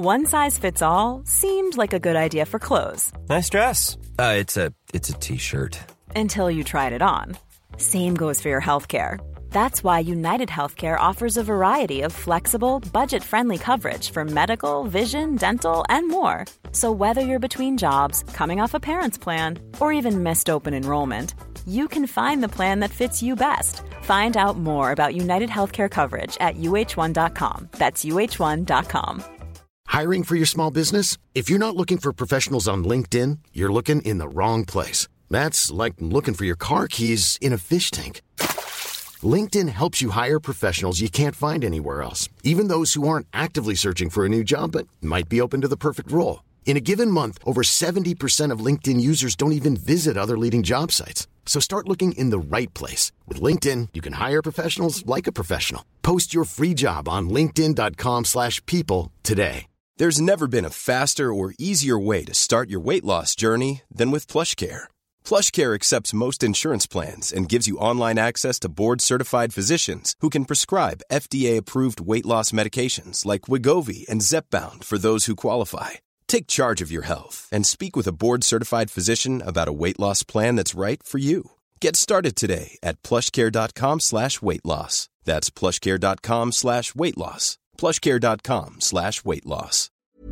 One size fits all seemed like a good idea for clothes. Nice dress. It's a t-shirt. Until you tried it on. Same goes for your healthcare. That's why United Healthcare offers a variety of flexible, budget-friendly coverage for medical, vision, dental, and more. So whether you're between jobs, coming off a parent's plan, or even missed open enrollment, you can find the plan that fits you best. Find out more about United Healthcare coverage at uh1.com. That's uh1.com. Hiring for your small business? If you're not looking for professionals on LinkedIn, you're looking in the wrong place. That's like looking for your car keys in a fish tank. LinkedIn helps you hire professionals you can't find anywhere else, even those who aren't actively searching for a new job but might be open to the perfect role. In a given month, over 70% of LinkedIn users don't even visit other leading job sites. So start looking in the right place. With LinkedIn, you can hire professionals like a professional. Post your free job on linkedin.com/people today. There's never been a faster or easier way to start your weight loss journey than with PlushCare. PlushCare accepts most insurance plans and gives you online access to board-certified physicians who can prescribe FDA-approved weight loss medications like Wegovy and Zepbound for those who qualify. Take charge of your health and speak with a board-certified physician about a weight loss plan that's right for you. Get started today at plushcare.com/weightloss. That's plushcare.com/weightloss. plushcare.com/weightloss.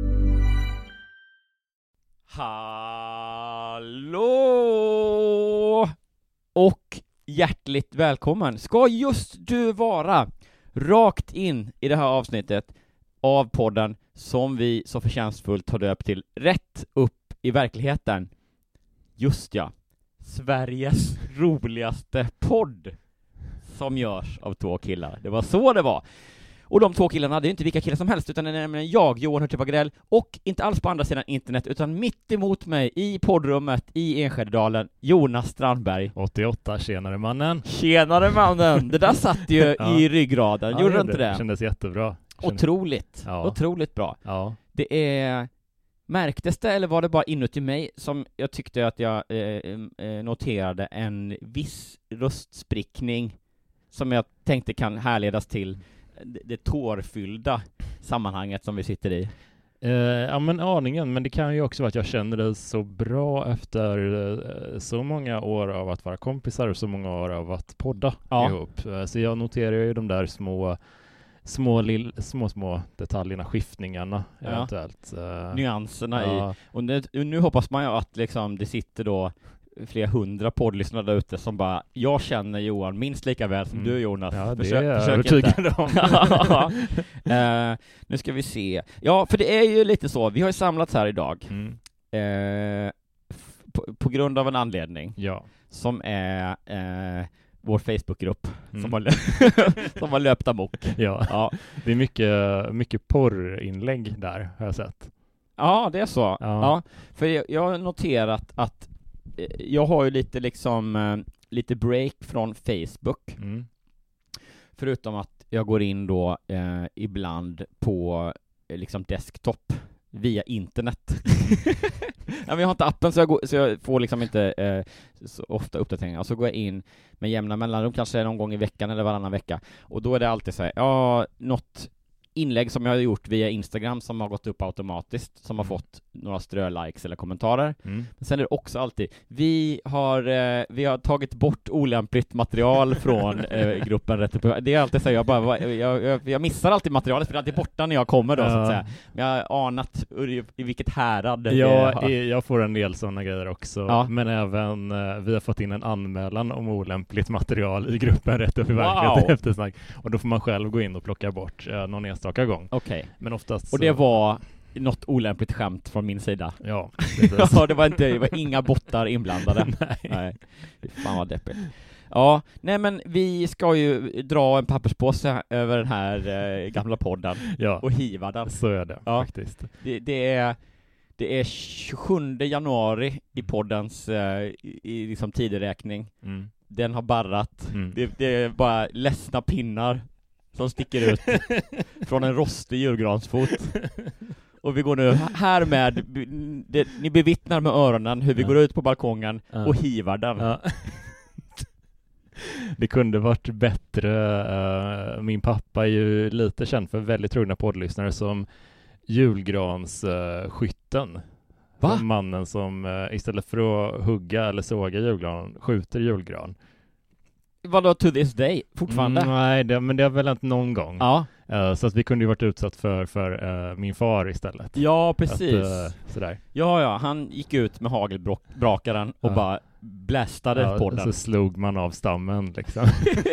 Hallå! Och hjärtligt välkommen ska just du vara rakt in i det här avsnittet av podden som vi så förtjänstfullt har döpt till Rätt upp i verkligheten. Just ja, Sveriges roligaste podd som görs av två killar. Det var så det var. Och de två killarna, det är inte vilka killar som helst, utan det är nämligen jag, Johan Hurtig Wagrell, och inte alls på andra sidan internet, utan mitt emot mig i poddrummet i Enskededalen, Jonas Strandberg. 88, tjenare mannen. Tjenare mannen! Det där satt ju i ryggraden, gjorde det inte det? Kändes jättebra. Otroligt, otroligt bra. Ja. Det är... Märktes det, eller var det bara inuti mig som jag tyckte att jag noterade en viss röstsprickning som jag tänkte kan härledas till det tårfyllda sammanhanget som vi sitter i? Ja, men aningen, men det kan ju också vara att jag känner det så bra efter så många år av att vara kompisar och så många år av att podda ihop. Så jag noterar ju de där små detaljerna, skiftningarna eventuellt. Nyanserna i. Och nu hoppas man ju att liksom det sitter då flera hundra poddlyssnare där ute som bara, jag känner Johan minst lika väl som du, Jonas. Ja, det är jag övertygad om. Nu ska vi se. Ja, för det är ju lite så. Vi har ju samlats här idag på grund av en anledning som är vår Facebookgrupp som har löpt amok. Ja. Det är mycket porrinlägg där, har jag sett. Ja, det är så. Ja. För jag har noterat att jag har ju lite break från Facebook. Förutom att jag går in då ibland på liksom desktop via internet. Ja, men jag har inte appen så jag får liksom inte så ofta uppdateringar. Och så går jag in med jämna mellanrum, kanske någon gång i veckan eller varannan vecka. Och då är det alltid så här, något inlägg som jag har gjort via Instagram som har gått upp automatiskt, som har fått några strölikes eller kommentarer. Men sen är det också alltid, vi har tagit bort olämpligt material från gruppen Rätt upp. Det är alltid så, jag missar alltid materialet för det är alltid borta när jag kommer då, så att säga. Men jag har anat i vilket härad. Jag får en del sådana grejer också. Men även vi har fått in en anmälan om olämpligt material i gruppen Rätt upp i verkligheten eftersnack. Och då får man själv gå in och plocka bort någon enstaka gång. Okej. Men oftast och det var något olämpligt skämt från min sida. Ja, det var inga bottar inblandade. Nej. Fan vad deppigt. Ja, nej men vi ska ju dra en papperspåse över den här gamla podden och hiva den. Så är det faktiskt. Det är 27 januari i poddens i liksom tideräkning. Den har barrat. Det är bara ledsna pinnar som sticker ut från en rostig julgransfot. Och vi går nu här med ni bevittnar med öronen hur vi går ut på balkongen och hivar den. Det kunde varit bättre. Min pappa är ju lite känd för väldigt trogna poddlyssnare som julgransskytten. Va? Mannen som istället för att hugga eller såga julgran skjuter julgran. Vadå to this day? Fortfarande? Nej, men det har väl hänt någon gång. Ja. Så att vi kunde ju varit utsatt för min far istället. Ja, precis. Sådär. Ja, han gick ut med hagelbrakaren och bara blästade på den. Så slog man av stammen liksom.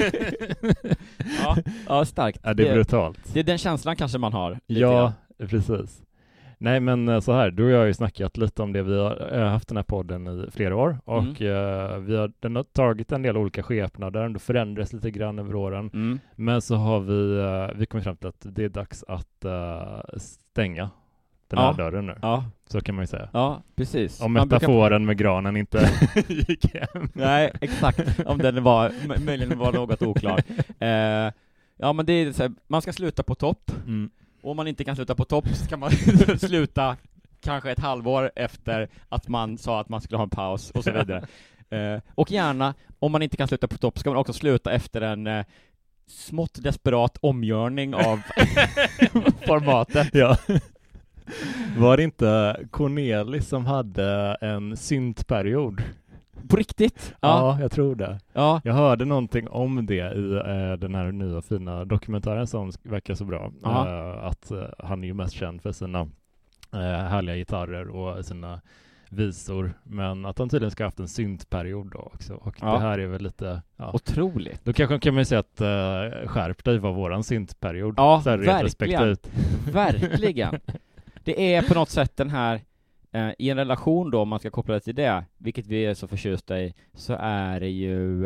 ja, starkt. Ja, det är brutalt. Det är den känslan kanske man har. Ja, precis. Nej, men så här, du och jag har ju snackat lite om det. Vi har haft den här podden i flera år och den har tagit en del olika skepnader. Det förändras lite grann över åren. Men så har vi kommit fram till att det är dags att stänga den här dörren nu. Ja. Så kan man ju säga. Ja, precis. Om metaforen med granen inte gick hem. Nej, exakt. Om den möjligen var något oklar. Ja, men det är så här, man ska sluta på topp. Och om man inte kan sluta på topp så kan man sluta kanske ett halvår efter att man sa att man skulle ha en paus och så vidare. Och gärna, om man inte kan sluta på topp ska man också sluta efter en smått desperat omgörning av formatet. Ja. Var det inte Cornelis som hade en syntperiod? På riktigt? Ja, jag tror det. Ja. Jag hörde någonting om det i den här nya fina dokumentären som verkar så bra. Att han är ju mest känd för sina härliga gitarrer och sina visor. Men att han tydligen ska ha haft en syntperiod då också. Och det här är väl lite... Ja. Otroligt. Då kanske kan man ju säga att skärp dig var våran syntperiod. Ja, så verkligen. Verkligen. Det är på något sätt den här i en relation då, om man ska koppla det till det, vilket vi är så förtjusta i, så är det ju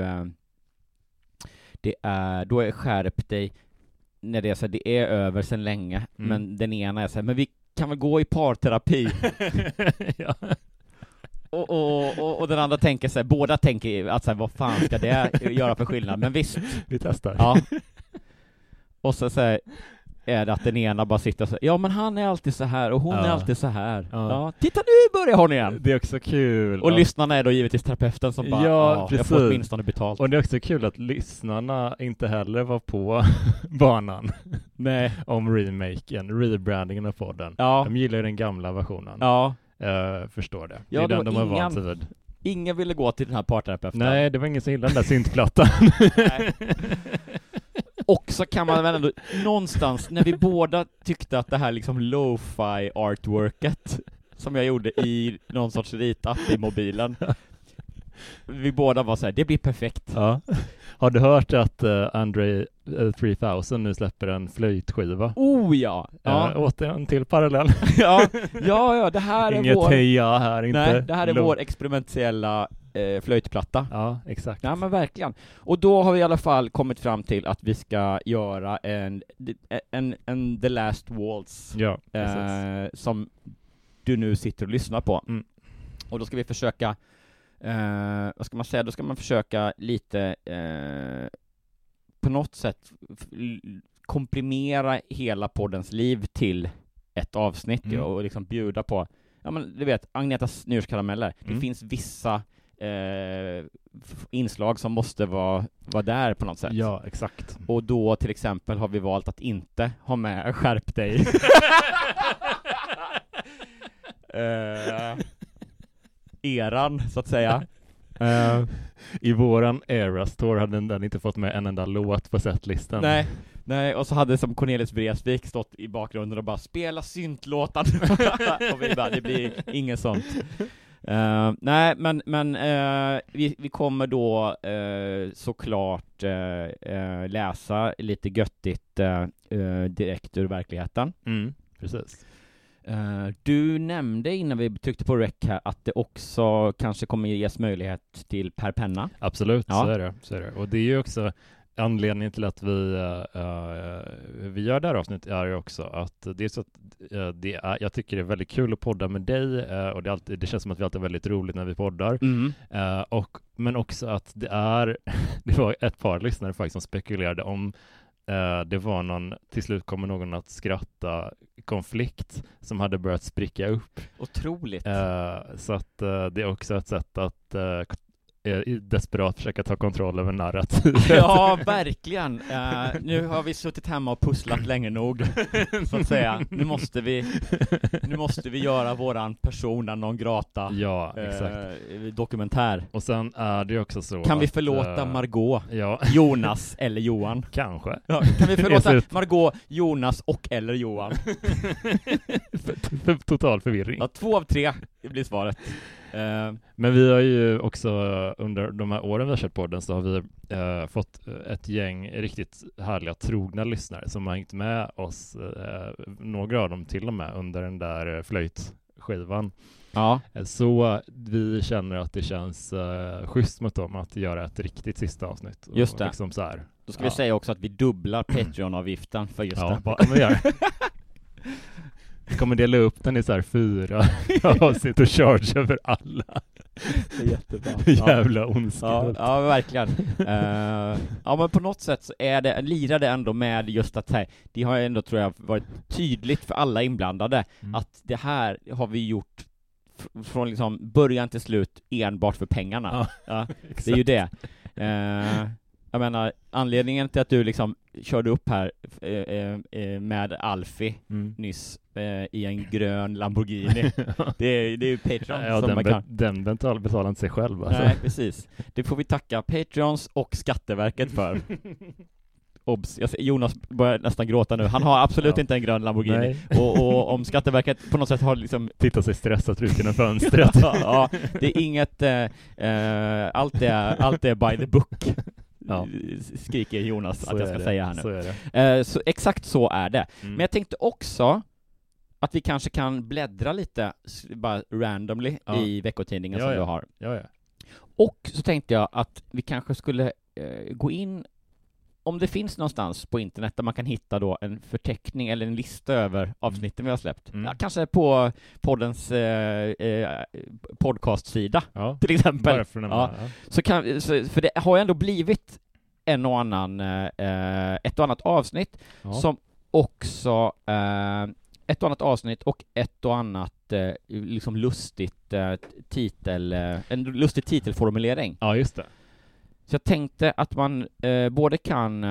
då är skärp dig när det är så här, det är över sedan länge, men den ena är så här, men vi kan väl gå i parterapi. Ja. Och den andra tänker så här, båda tänker att så här, vad fan ska det göra för skillnad, men visst. Vi testar. Ja. Och så här, är det att den ena bara sitter så här, ja men han är alltid så här och hon är alltid så här. Ja. Titta nu börjar hon igen. Det är också kul. Och lyssnarna är då givetvis terapeuten som bara, jag får åtminstone betalt. Och det är också kul att lyssnarna inte heller var på banan. Nej. Om rebrandingen av podden. Ja. De gillar ju den gamla versionen. Ja. Förstår det. Ja, det är den de har vant sig vid. Ingen ville gå till den här parterapeuten. Nej, det var ingen som gillade den där syntplattan. Nej. Och så kan man väl ändå någonstans, när vi båda tyckte att det här liksom lo-fi artworket som jag gjorde i någon sorts ritapp i mobilen, vi båda var så här, det blir perfekt. Ja. Har du hört att Andre 3000 nu släpper en flöjtskiva? Oh ja! Återigen till parallell. ja, det här är inget vår... heja här, inte. Nej, det här är vår experimentella flöjtplatta. Ja, exakt. Ja, men verkligen. Och då har vi i alla fall kommit fram till att vi ska göra en The Last Waltz som du nu sitter och lyssnar på. Och då ska vi försöka vad ska man säga? Då ska man försöka lite på något sätt komprimera hela poddens liv till ett avsnitt och liksom bjuda på, ja men du vet, Agnetas nyårskarameller. Det finns vissa inslag som måste vara där på något sätt. Ja, exakt. Och då till exempel har vi valt att inte ha med skärp dig. Eran, så att säga. I våran Era Store hade den inte fått med en enda låt på setlistan. Nej, och så hade som Cornelis Vreeswijk stått i bakgrunden och bara spela syntlåtan. Och vi bara, det blir inget sånt. Nej, men vi kommer då såklart läsa lite göttigt direkt ur verkligheten. Precis. Du nämnde innan vi tryckte på rec här att det också kanske kommer ges möjlighet till per penna. Absolut, så är det. Och det är ju också anledningen till att vi gör det här avsnittet är ju också att det är så att jag tycker det är väldigt kul att podda med dig och det känns som att vi alltid är väldigt roligt när vi poddar. Men också att det var ett par lyssnare faktiskt som spekulerade om det var till slut kommer någon att skratta konflikt som hade börjat spricka upp. Otroligt. Så att det är också ett sätt att desperat försöka ta kontroll över narrativet. Ja, verkligen. Nu har vi suttit hemma och pusslat länge nog, så att säga. Nu måste vi göra våran persona non grata. Ja, exakt. Dokumentär. Och sen är det också så kan vi förlåta Margot, Jonas eller Johan? Kanske. Ja, kan vi förlåta Margot, Jonas och eller Johan? för total förvirring. Ja, 2 av 3 blir svaret. Men vi har ju också under de här åren vi har kört podden så har vi fått ett gäng riktigt härliga trogna lyssnare som har hängt med oss, några av dem till och med under den där flöjtskivan. Ja. Så vi känner att det känns schysst mot dem att göra ett riktigt sista avsnitt. Just det. Liksom så här. Då ska vi säga också att vi dubblar Patreon-avgiften för just det. Ja, kommer vi göra. Vi kommer dela upp den i så här 4 avsnitt och charge över alla. Det är jättebra. Jävla ondska. Ja, verkligen. Ja, men på något sätt så lirar det ändå med just att det har ändå, tror jag, varit tydligt för alla inblandade att det här har vi gjort från liksom början till slut enbart för pengarna. Ja, det är ju det. Jag menar, anledningen till att du liksom körde upp här med Alfie nyss i en grön Lamborghini, det är ju Patreon. Ja, som den betalar inte sig själv. Alltså. Nej, precis. Det får vi tacka Patreons och Skatteverket för. Obs. Jonas börjar nästan gråta nu. Han har absolut inte en grön Lamborghini. Och om Skatteverket på något sätt har liksom tittat sig stressat ut genom fönstret. Ja, det är inget allt är by the book. Ja. Skriker Jonas så att jag ska säga här nu. Så är det. Så exakt så är det. Men jag tänkte också att vi kanske kan bläddra lite bara randomly i veckotidningen som du har. Ja. Och så tänkte jag att vi kanske skulle gå in, om det finns någonstans på internet där man kan hitta då en förteckning eller en lista över avsnitten vi har släppt. Ja, kanske på poddens podcastsida till exempel. För det har ju ändå blivit ett och annat avsnitt som också ett och annat avsnitt och ett och annat liksom lustigt en lustig titelformulering. Ja, just det. Så jag tänkte att man både kan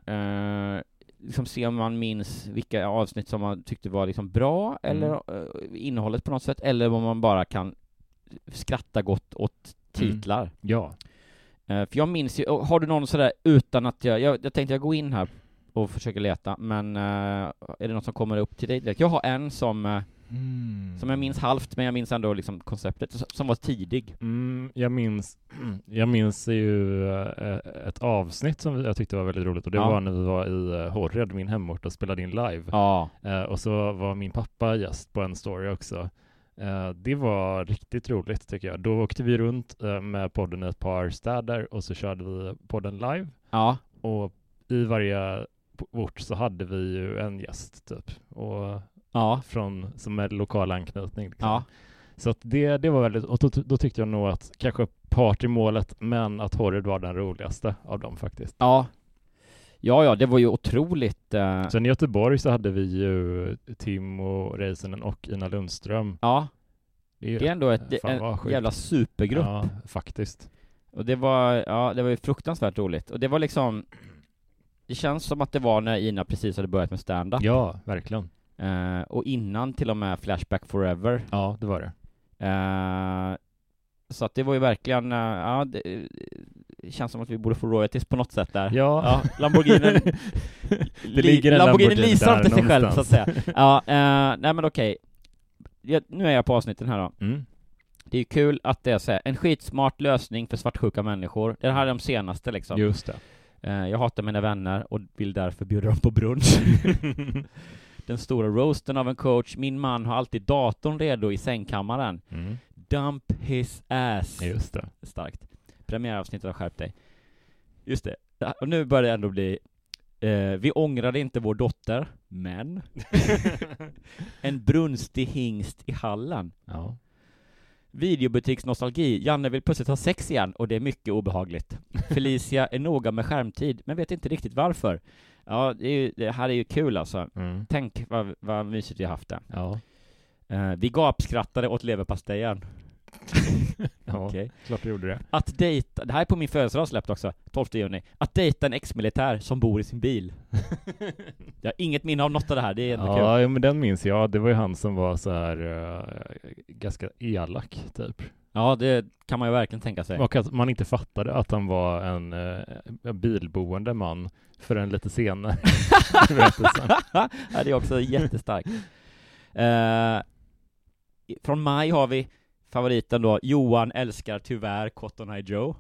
liksom se om man minns vilka avsnitt som man tyckte var liksom bra eller innehållet på något sätt, eller om man bara kan skratta gott åt titlar. Ja. För jag minns ju, har du någon sådär utan att jag tänkte jag gå in här och försöka leta, men är det något som kommer upp till dig direkt? Jag har en som jag minns halvt, men jag minns ändå liksom konceptet som var tidig. Jag minns ju ett avsnitt som jag tyckte var väldigt roligt, och det var när vi var i Hårred, min hemort, och spelade in live. Och så var min pappa gäst på en story också. Det var riktigt roligt tycker jag. Då åkte vi runt med podden i ett par städer och så körde vi podden live. Och i varje ort så hade vi ju en gäst typ. Och som med lokal anknytning. Liksom. Så att det var väldigt, och då tyckte jag nog att kanske partymålet, men att Hårred var den roligaste av dem faktiskt. Ja, det var ju otroligt. Sen i Göteborg så hade vi ju Timo Reisenen och Ina Lundström. Det är ändå en jävla supergrupp. Ja, faktiskt. Och det var ju fruktansvärt roligt. Och det var liksom, det känns som att det var när Ina precis hade börjat med stand-up. Ja, verkligen. Och innan till och med Flashback Forever. Ja, det var det. Så att det var ju verkligen det känns som att vi borde få royalties på något sätt där. Lamborghini lisar inte sig själv så att säga. Nej men okej. Nu är jag på avsnitten här då. Det är ju kul att det är så här, en skitsmart lösning för svartsjuka människor. Det här är de senaste liksom. Just det. Jag hatar mina vänner och vill därför bjuda dem på brunch. Den stora roasten av en coach. Min man har alltid datorn redo i sängkammaren. Dump his ass. Just det. Starkt. Premiäravsnittet har skärpt dig. Just det. Och nu börjar det ändå bli vi ångrade inte vår dotter, men en brunstig hingst i hallen. Videobutiksnostalgi. Janne vill plötsligt ha sex igen och det är mycket obehagligt. Felicia är noga med skärmtid men vet inte riktigt varför. Ja, det här är ju kul alltså. Tänk vad mysigt vi har haft det. Vi gapskrattade åt leverpastejen. Ja, Okej. klart du gjorde det. Att dejta, det här är på min födelsedag släppt också, 12 juni. Att dejta en ex-militär som bor i sin bil. Jag har inget minne av något av det här, det är ändå kul. Ja, men den minns jag. Det var ju han som var så här ganska elak, typ. Ja, det kan man ju verkligen tänka sig. Och att man inte fattade att han var en bilboende man förrän lite senare. Ja, det är också jättestarkt. Från maj har vi favoriten då, Johan älskar tyvärr Cotton Eye Joe.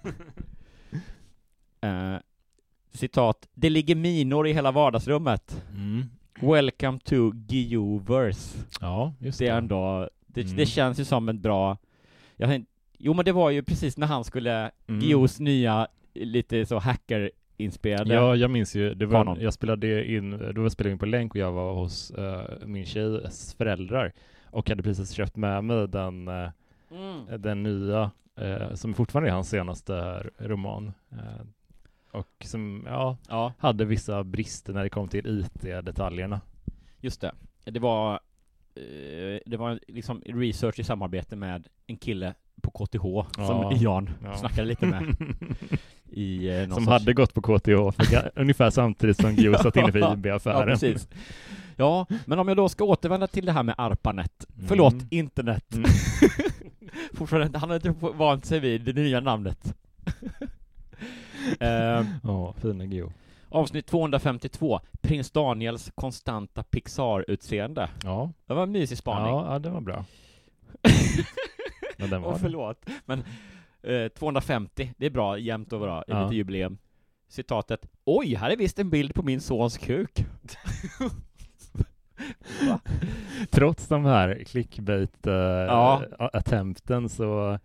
Citat, det ligger minor i hela vardagsrummet. Welcome to Gioverse. Ja, just det. Är ändå, det känns ju som en bra... Jo, men det var ju precis när han skulle Gios nya, lite så hacker-inspelade. Ja, jag minns ju, jag spelade in på länk och jag var hos min tjejs föräldrar och hade precis köpt med mig den nya, som fortfarande är hans senaste roman. Och som hade vissa brister när det kom till IT-detaljerna. Just det. Det var liksom research i samarbete med en kille på KTH som Jan snackade lite med. Som hade gått på KTH ungefär samtidigt som Gio satt inne för IB-affären. Ja, precis. Ja, men om jag då ska återvända till det här med ARPANET. Förlåt, internet. Fortfarande, han har inte vant sig vid det nya namnet. Fina Gio. Avsnitt 252. Prins Daniels konstanta Pixar-utseende. Ja. Det var en mysig spaning. Ja, det var bra. Men förlåt. Men 250, det är bra, jämnt och bra. Lite jubileum. Citatet. Oj, här är visst en bild på min sons kuk. Trots de här clickbait-attempten så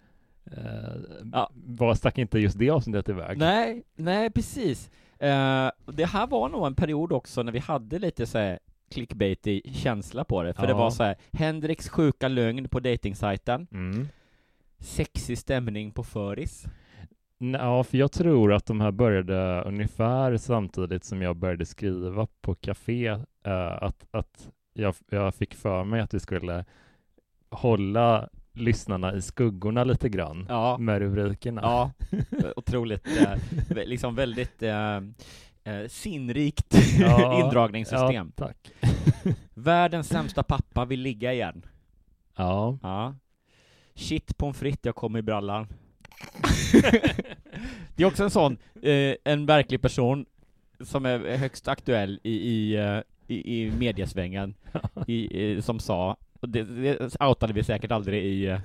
stack inte just det avsnittet iväg. Nej, precis. Det här var nog en period också när vi hade lite så här clickbaitig känsla på det. För det var så här, Hendriks sjuka lögn på datingsajten. Sexig stämning på föris. Ja, för jag tror att de här började ungefär samtidigt som jag började skriva på café. Att jag fick för mig att vi skulle hålla lyssnarna i skuggorna lite grann med rubrikerna. Ja, otroligt. Liksom väldigt sinnrikt indragningssystem. Ja, tack. Världens sämsta pappa vill ligga igen. Ja. Shit pommes frites, jag kom i brallan. Det är också en sån, en verklig person som är högst aktuell i mediasvängen som sa, och det outade vi säkert aldrig i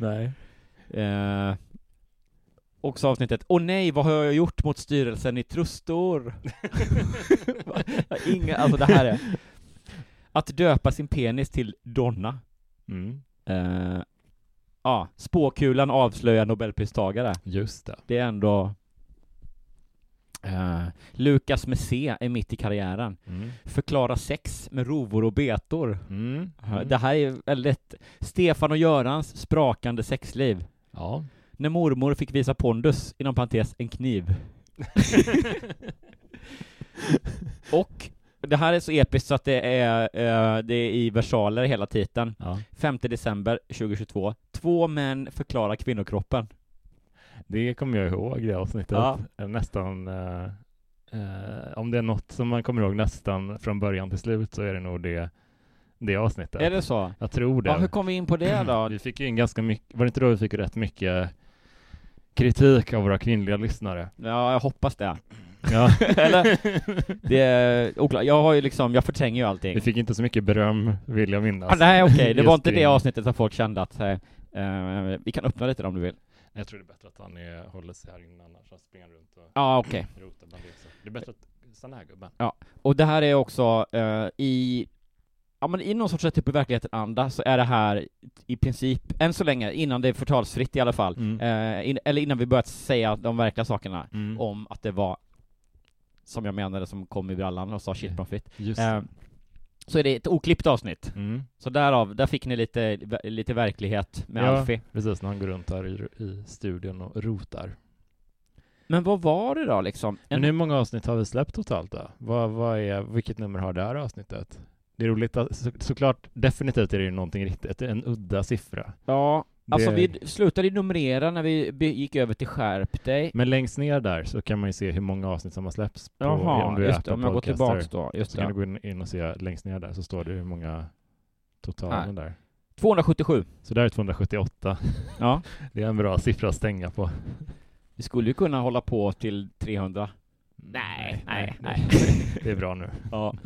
också avsnittet. Åh nej, vad har jag gjort mot styrelsen i Trustor? Alltså det här är att döpa sin penis till Donna. Spåkulan avslöjar Nobelpristagare. Just det. Det är ändå Lukas med C är mitt i karriären. Förklara sex med rovor och betor. Det här är väldigt Stefan och Görans sprakande sexliv. Ja. När mormor fick visa pondus, inom parentes, en kniv. Och det här är så episkt så att det är i versaler hela titeln. 5 december 2022. 2 män förklarar kvinnokroppen. Det kommer jag ihåg, det avsnittet. Nästan om det är något som man kommer ihåg nästan från början till slut så är det nog det avsnittet. Är det så? Jag tror det. Ja, hur kom vi in på det då? Vi fick ju in ganska mycket, var det inte då vi fick rätt mycket kritik av våra kvinnliga lyssnare? Ja, jag hoppas det. Ja. Eller, det är oklart. Jag har ju liksom, jag förtränger ju allting. Vi fick inte så mycket beröm, vill jag minnas. Nej, okej. Det var inte det avsnittet som folk kände att vi kan öppna lite om du vill. Jag tror det är bättre att han håller sig här inne, annars han springer runt och okej. rotar bland det. Det är bättre att stanna här, gubben. Ja, och det här är också i någon sorts typ av verkligheten anda så är det här i princip, än så länge, innan det är förtalsfritt i alla fall, eller innan vi börjat säga de verkliga sakerna om att det var som jag menade som kom i brallan och sa shit profit. Så är det ett oklippt avsnitt. Så där fick ni lite verklighet med Alfie. Precis, när han går runt här i studion och rotar. Men vad var det då liksom? Men hur många avsnitt har vi släppt totalt då? Vilket nummer har det här avsnittet? Det är roligt att, såklart, definitivt är det någonting riktigt, en udda siffra. Ja, Alltså vi slutade numrera när vi gick över till skärp dig. Men längst ner där så kan man ju se hur många avsnitt som har släppts på, om du är just det, om jag går tillbaks då. Just så kan du gå in och se längst ner där så står det hur många totalen där. 277. Så där är 278. Ja. Det är en bra siffra att stänga på. Vi skulle ju kunna hålla på till 300. Nej. Det är bra nu. Ja.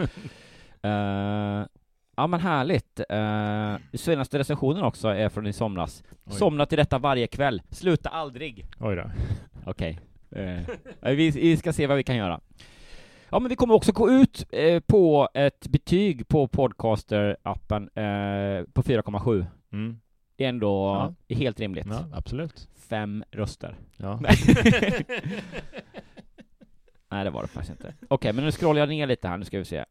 Ja men härligt. Senaste recensionen också är från i somras. Oj. Somna till detta varje kväll. Sluta aldrig. Oj då. Okej. Vi ska se vad vi kan göra. Ja men vi kommer också gå ut på ett betyg på Podcaster-appen på 4,7. Mm. Det är ändå helt rimligt. Ja, absolut. 5 röster. Ja. Nej, det var det faktiskt inte. Okej, men nu scrollar jag ner lite här. Nu ska vi se.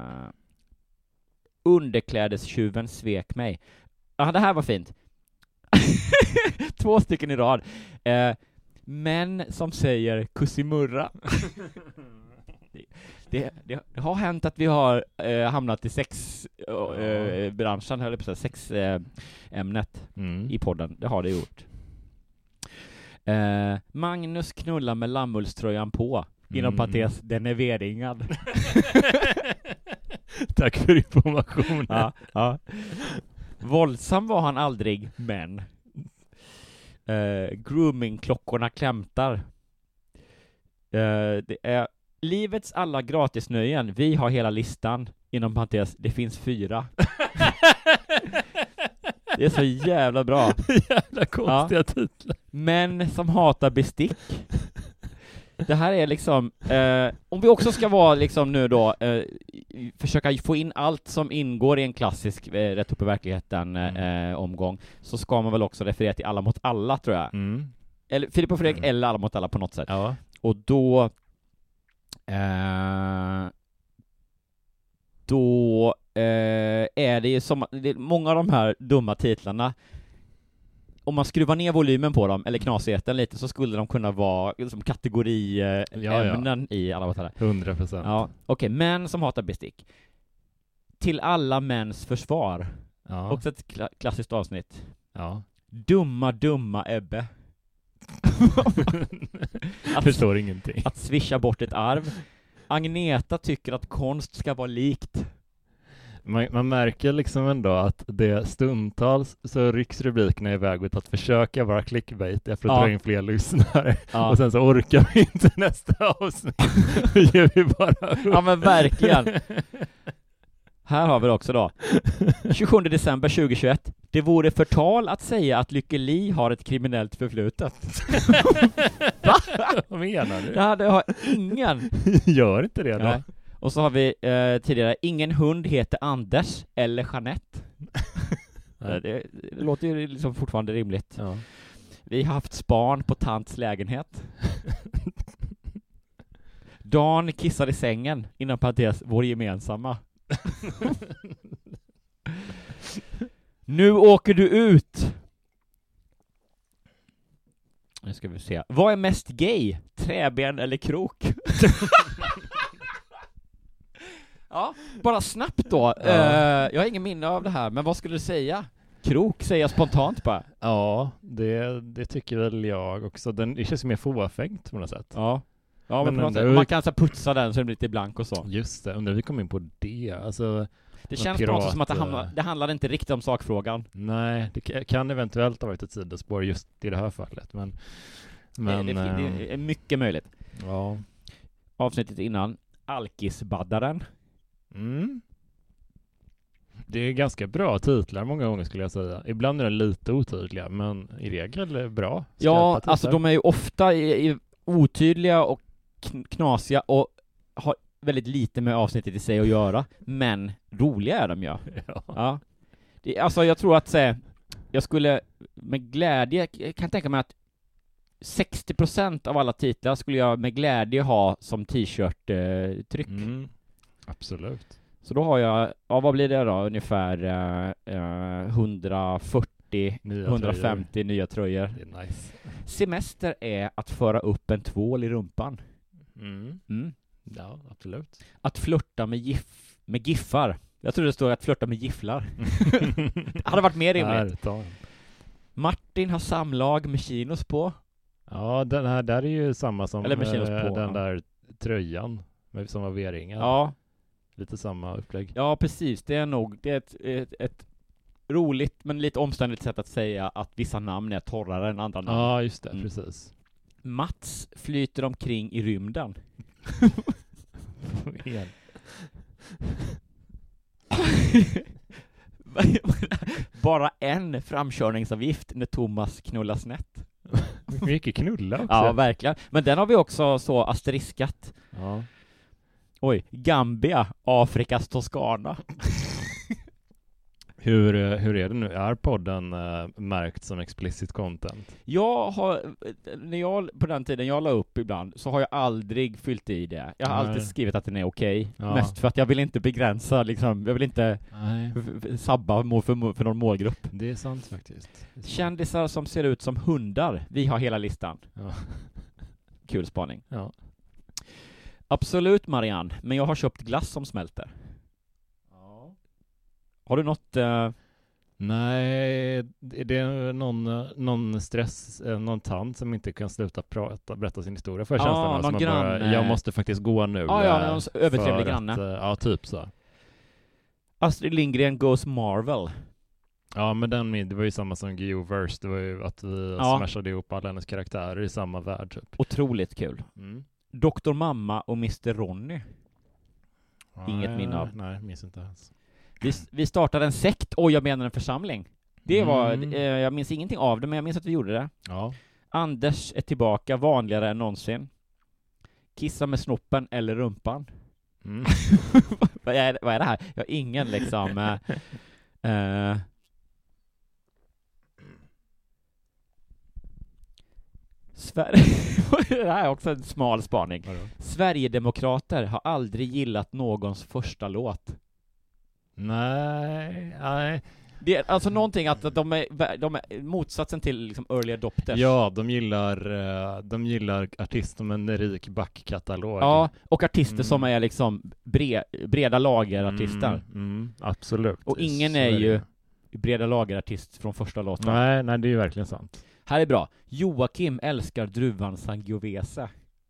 Underklädestjuven svek mig. Ja, det här var fint. 2 stycken i rad. Män som säger kussimurra. Det har hänt att vi har hamnat i sexbranschen, höll jag på att säga, sexämnet i podden. Det har det gjort. Magnus knullar med lammullströjan på. Inom parentes, den är vedingad. Tack för informationen. Ja. Våldsam var han aldrig, men groomingklockorna klämtar. Det är livets alla gratisnöjen. Vi har hela listan. Inom parentes, det finns 4. Det är så jävla bra. Jävla konstiga titlar. Män som hatar bestick. Det här är liksom, om vi också ska vara liksom nu då, försöka få in allt som ingår i en klassisk rätt upp i verkligheten omgång, så ska man väl också referera till Alla mot alla, tror jag. Eller Filip och Fredrik eller Alla mot alla på något sätt. Ja. Och då är det ju som många av de här dumma titlarna, om man skruvar ner volymen på dem eller knasigheten lite, så skulle de kunna vara liksom kategoriämnen i Alla mot alla. 100%. Ja, okej, män som hatar bestick. Till alla mäns försvar. Ja. Också ett klassiskt avsnitt. Ja. Dumma Ebbe. Förstår ingenting. Att swisha bort ett arv. Agneta tycker att konst ska vara likt. Man märker liksom ändå att det stundtals så rycks rubrikerna iväg åt att försöka vara clickbait för att dra in fler lyssnare. Ja. Och sen så orkar vi inte nästa avsnitt. Då ger vi bara upp. Ja men verkligen. Här har vi det också då. 27 december 2021. Det vore förtal att säga att Lykke Li har ett kriminellt förflutet. Va? Vad menar du? Ja, det har ingen. Gör inte det då? Nej. Och så har vi tidigare, ingen hund heter Anders eller Jeanette. Det låter ju liksom fortfarande rimligt. Ja. Vi har haft span på tants lägenhet. Dan kissar i sängen, inom parentes, vår gemensamma. Nu åker du ut. Nu ska vi se. Vad är mest gay? Träben eller krok? Ja, bara snabbt då. Jag har ingen minne av det här, men vad skulle du säga? Krok säger jag spontant bara. Ja, det tycker väl jag också. Det känns mer fåfängt på något sätt. Ja, men på något sätt. Man kan så putsa den så den blir lite blank och så. Just det, undrar vi kom in på det. Alltså, det känns på något sätt som att det handlar inte riktigt om sakfrågan. Nej, det kan eventuellt ha varit ett sidospår just i det här fallet. Men det är mycket möjligt. Ja. Avsnittet innan, Alkisbaddaren. Det är ganska bra titlar många gånger skulle jag säga. Ibland är de lite otydliga, men i regel är det bra. Ja, alltså de är ju ofta otydliga och knasiga och har väldigt lite med avsnittet i sig att göra, men roliga är de ju. Ja. Alltså jag tror att jag skulle med glädje, kan tänka mig att 60% av alla titlar skulle jag med glädje ha som t-shirt-tryck. Absolut. Så då har jag, vad blir det då? Ungefär 140-150 nya tröjor. Det är nice. Semester är att föra upp en tvål i rumpan. Ja, absolut. Att flirta med giffar. Jag tror det står att flirta med gifflar. Det hade varit mer rimligt. Martin har samlag med chinos på. Ja, den här där är ju samma som Eller med chinos på, den där tröjan som var V-ringen. Ja. Lite samma upplägg. Ja, precis. Det är ett roligt men lite omständigt sätt att säga att vissa namn är torrare än andra namn. Ja, just det, precis. Mats flyter omkring i rymden. Bara en framkörningsavgift när Thomas knullar snett. Mycket knulla också. Ja, verkligen. Men den har vi också så asteriskat. Ja. Oj, Gambia, Afrikas Toscana. Hur är det nu? Är podden märkt som explicit content? På den tiden jag la upp ibland så har jag aldrig fyllt i det. Jag har alltid skrivit att den är okej. Ja. Mest för att jag vill inte begränsa liksom, jag vill inte sabba för någon målgrupp. Det är sant faktiskt. Kändisar som ser ut som hundar. Vi har hela listan. Ja. Kul spaning. Ja. Absolut, Marianne, men jag har köpt glass som smälter. Ja. Har du något? Nej, det är någon stress, någon tant som inte kan sluta berätta sin historia för känslan. Någon granne. Jag måste faktiskt gå nu. Ja, någon övertrevlig granne. Ja, typ så. Astrid Lindgren Goes Marvel. Ja, men det var ju samma som Geoverse. Det var ju att vi smashade ihop alla hennes karaktärer i samma värld typ. Otroligt kul. Dr. Mamma och Mr. Ronny. Inget minne av. Nej, minns inte ens. Vi startade en sekt, jag menar en församling. Det var, jag minns ingenting av det, men jag minns att vi gjorde det. Ja. Anders är tillbaka, vanligare än någonsin. Kissa med snoppen eller rumpan. Vad är det här? Jag har ingen liksom... Det här är också en smal spaning. Sverigedemokrater har aldrig gillat någons första låt. Nej. Det är alltså någonting att de är motsatsen till liksom early adopters. Ja, de gillar artister med en rik backkatalog. Ja, och artister som är liksom breda lagerartister. Absolut. Och ingen är ju breda lagerartist från första låten. Nej, det är ju verkligen sant. Här är bra. Joakim älskar druvan Sangiovese.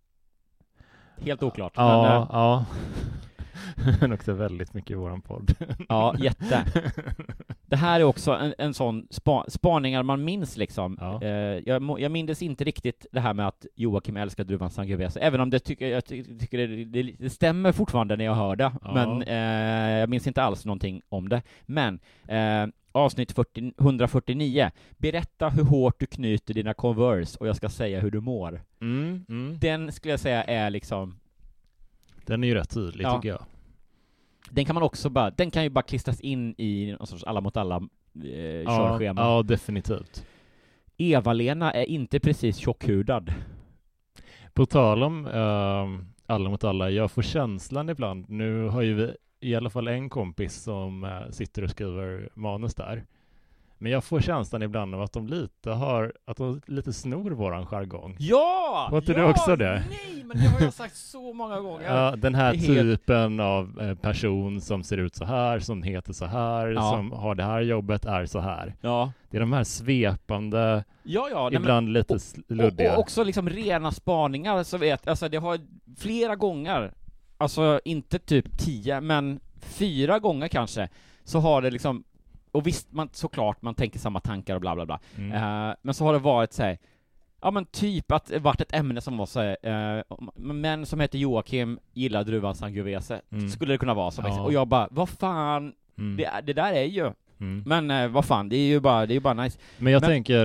Helt oklart. Ja. Men också väldigt mycket i våran podd. Ja, jätte. Det här är också en sån spaningar man minns liksom. Ja. Jag minns inte riktigt det här med att Joakim älskar druvan Sangiovese, även om jag tycker det stämmer fortfarande när jag hör det. Ja. Men jag minns inte alls någonting om det. Men avsnitt 149. Berätta hur hårt du knyter dina Converse och jag ska säga hur du mår. Den skulle jag säga är liksom... Den är ju rätt tydlig tycker jag. Den kan man också den kan ju bara klistras in i någon sorts alla mot alla körschema. Ja, definitivt. Eva-Lena är inte precis tjockhudad. På tal om alla mot alla, jag får känslan ibland, nu har ju vi i alla fall en kompis som sitter och skriver manus där. Men jag får känslan ibland av att de lite snor våran jargong. Ja! Får inte du också det? Nej, men det har jag sagt så många gånger. Ja, den här typen av person som ser ut så här, som heter så här, som har det här jobbet är så här. Ja. Det är de här svepande, ibland lite luddiga. Och också liksom rena spaningar, så alltså det har flera gånger, alltså inte typ 10, men 4 gånger kanske, så har det liksom. Och visst, man tänker samma tankar och bla bla bla. Men så har det varit så här, ja men typ att det varit ett ämne som var så här, män som heter Joakim gillar druvan Sangiovese. Skulle det kunna vara så. Och jag bara, vad fan, det där är ju. Men vad fan, det är ju bara nice. Men jag tänker,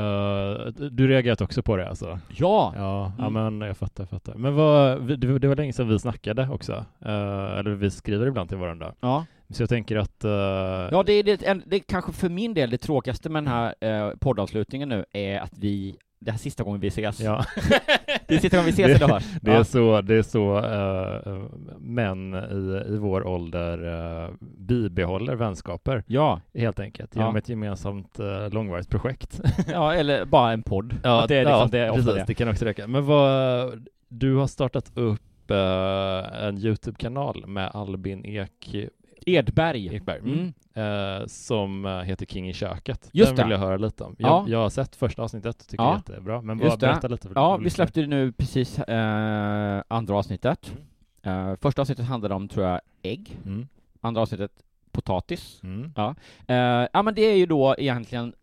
du reagerat också på det alltså? Ja. Men jag fattar. Men det var länge sedan vi snackade också. Eller vi skriver ibland till varandra. Ja. Så jag tänker att... Ja, det är kanske för min del det tråkigaste med den här poddavslutningen nu är att det här sista gången vi ses. Ja. Det är sista gången vi ses idag. Det är så män i vår ålder bibehåller vänskaper. Ja. Helt enkelt. Genom ett gemensamt långvarigt projekt. Ja, eller bara en podd. Ja, det är liksom, det är precis. Det kan också räcka. Men du har startat upp en YouTube-kanal med Albin Ek Edberg. Som heter King i köket. Just Den vill jag höra lite om. Jag har sett första avsnittet och tycker det är jättebra. Men berätta lite. Vi släppte nu precis andra avsnittet. Första avsnittet handlade om, tror jag, ägg. Andra avsnittet potatis. Men det är ju då egentligen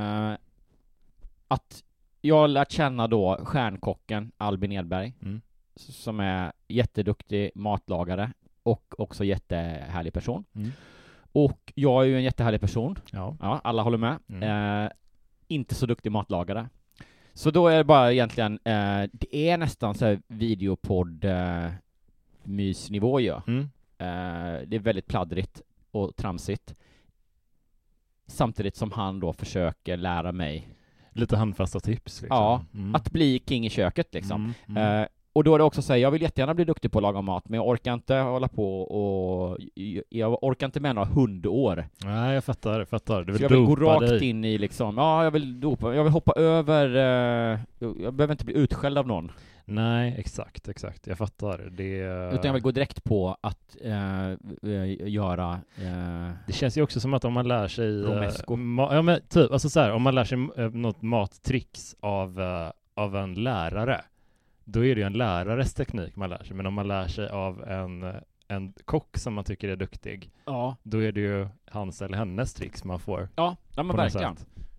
att jag har lärt känna då stjärnkocken Albin Edberg, som är jätteduktig matlagare och också jättehärlig person. Och jag är ju en jättehärlig person. Ja, alla håller med. Inte så duktig matlagare. Så då är det bara egentligen det är nästan så här videopodd mysnivå ju. Det är väldigt pladdrigt och tramsigt. Samtidigt som han då försöker lära mig lite handfasta tips liksom. Ja, att bli king i köket liksom. Och då är det också så här, jag vill jättegärna bli duktig på att laga mat, men jag orkar inte hålla på och jag orkar inte med några hundår. Nej, jag fattar. Du vill jag vill gå rakt dig in i liksom, jag vill hoppa över, jag behöver inte bli utskälld av någon. Nej, exakt. Jag fattar. Utan jag vill gå direkt på att göra... Det känns ju också som att om man lär sig... romesco. Alltså så här, om man lär sig något mattricks av en lärare, då är det ju en lärares teknik man lär sig. Men om man lär sig av en kock som man tycker är duktig, då är det ju hans eller hennes tricks man får. Ja men verkligen.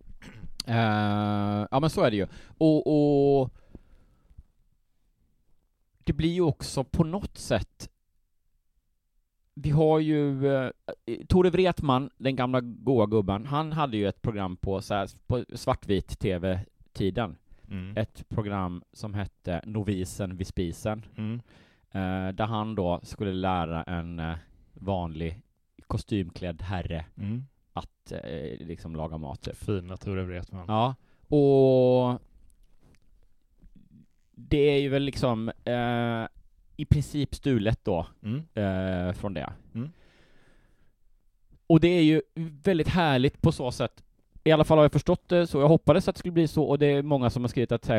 Men så är det ju. Och det blir ju också på något sätt, vi har ju Tore Wretman, den gamla goa gubben, han hade ju ett program på svartvit tv-tiden. Ett program som hette Novisen vid spisen. Där han då skulle lära en vanlig kostymklädd herre att liksom laga mat. Fina Tore Wretman. Ja, och det är ju väl liksom i princip stulet då från det. Och det är ju väldigt härligt på så sätt. I alla fall har jag förstått det så. Jag hoppades att det skulle bli så, och det är många som har skrivit att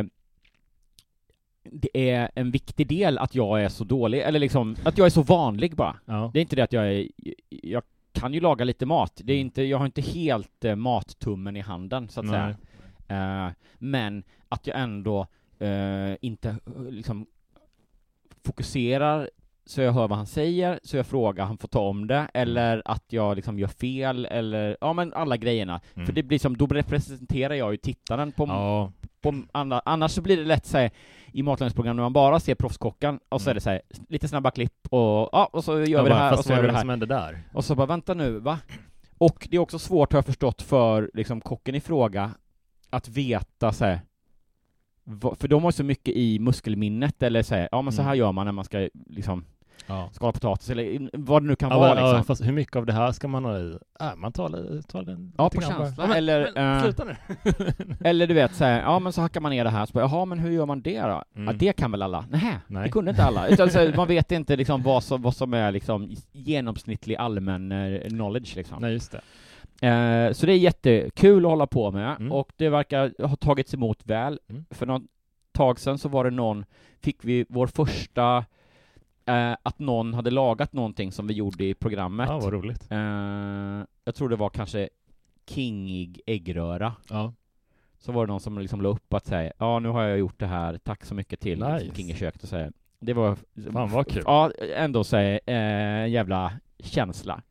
det är en viktig del att jag är så dålig, eller liksom att jag är så vanlig bara. Det är inte det att jag kan ju laga lite mat. Det är inte, jag har inte helt mattummen i handen så att säga. Men att jag ändå inte liksom fokuserar så jag hör vad han säger, så jag frågar, han får ta om det, eller att jag liksom gör fel, eller men alla grejerna. För det blir som, då representerar jag ju tittaren på annars så blir det lätt så här, i matlagningsprogram när man bara ser proffskocken och så är det så här, lite snabba klipp och så gör vi det här och så gör vi det här. Där. Och så bara, vänta nu, va? Och det är också svårt, har jag förstått, för liksom kocken i fråga att veta så här, för de har så mycket i muskelminnet, eller så här, men så här gör man när man ska liksom skala potatis eller vad det nu kan vara liksom. Fast hur mycket av det här ska man ha i? Man tar den på känsla, eller sluta nu. eller du vet så här, men så hackar man ner det här, så bara, men hur gör man det då? Det kan väl alla? Nej, det kunde inte alla. Utan, så, man vet inte liksom vad som är liksom genomsnittlig allmän knowledge liksom. Nej, just det. Så det är jättekul att hålla på med, och det verkar ha tagits emot väl. För något tag sedan så var det fick vi vår första att någon hade lagat någonting som vi gjorde i programmet. Ja, vad roligt. Jag tror det var kanske kingig äggröra. Så var det någon som liksom la upp att säga, nu har jag gjort det här, tack så mycket till King i köket, och säga. Det var fan vad kul. Ja, ändå säga jävla känsla.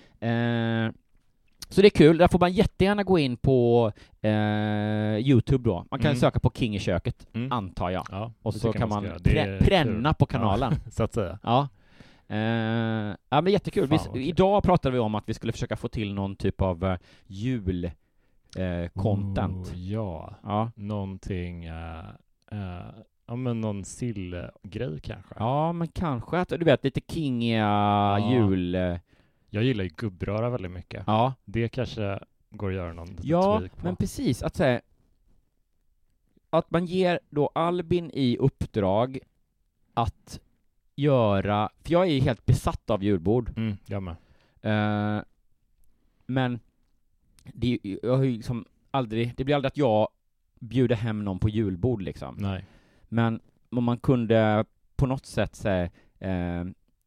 Så det är kul. Där får man jättegärna gå in på YouTube då. Man kan söka på King i köket, antar jag. Ja, och så kan man pränna på kanalen. Så att säga. Ja. Men jättekul. Idag pratade vi om att vi skulle försöka få till någon typ av jul-content. Ja. Någonting... men någon sillgrej kanske. Ja, men kanske att du vet, lite kingiga jul... Jag gillar ju gubbröra väldigt mycket. Ja. Det kanske går att göra någon tweak på. Men precis. Att säga att man ger då Albin i uppdrag att göra... För jag är ju helt besatt av julbord. Jag med. Men jag har ju liksom aldrig... Det blir aldrig att jag bjuder hem någon på julbord liksom. Nej. Men om man kunde på något sätt säga...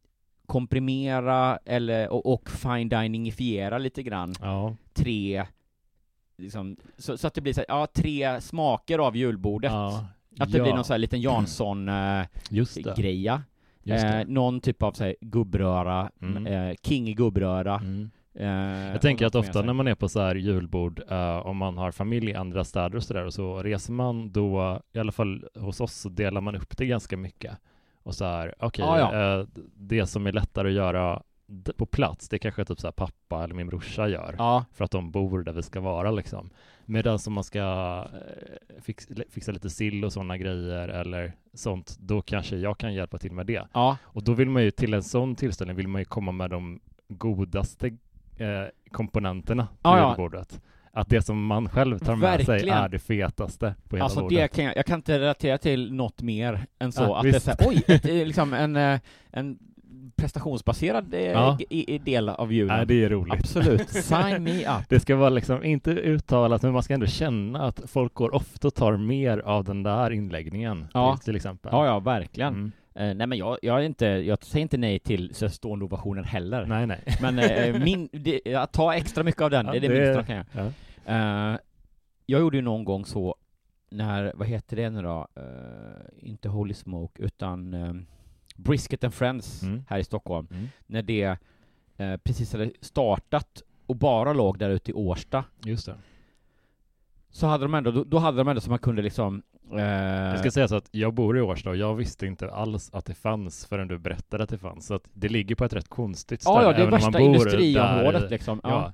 komprimera och fine diningifiera lite grann. Ja. 3 liksom, så att det blir så här, 3 smaker av julbordet. Ja. Att det blir någon så här liten Jansson greja. Någon typ av så här, gubbröra, king gubbröra. Jag tänker att ofta när man är på så här julbord, om man har familj i andra städer och så reser man då, i alla fall hos oss, så delar man upp det ganska mycket. Och så här, det som är lättare att göra på plats, det kanske typ så här pappa eller min brorsa gör. Ja. För att de bor där vi ska vara liksom. Medan som man ska fixa lite sill och sådana grejer eller sånt, då kanske jag kan hjälpa till med det. Ja. Och då vill man ju till en sån tillställning vill man ju komma med de godaste komponenterna till julbordet. Att det som man själv tar med sig är det fetaste på hela bordet. Jag kan inte relatera till något mer än så. Att visst. Det är så här, liksom en prestationsbaserad del av julen. Nej, det är roligt. Absolut. Sign me up. Det ska vara liksom inte uttalat, men man ska ändå känna att folk går ofta och tar mer av den där inläggningen till exempel. Ja, verkligen. Nej, men jag säger inte nej till stående ovationer heller. Nej. Men att ta extra mycket av den, det är det minsta jag kan göra. Ja. Jag gjorde ju någon gång så när, vad heter det nu då? Inte Holy Smoke, utan Brisket and Friends här i Stockholm. När det precis hade startat och bara låg där ute i Årsta. Just det. Så hade de ändå så man kunde liksom Jag ska säga så att jag bor i Årsta och jag visste inte alls att det fanns förrän du berättade att det fanns. Så att det ligger på ett rätt konstigt ställe. Ja, det är värsta industriområdet liksom. Ja.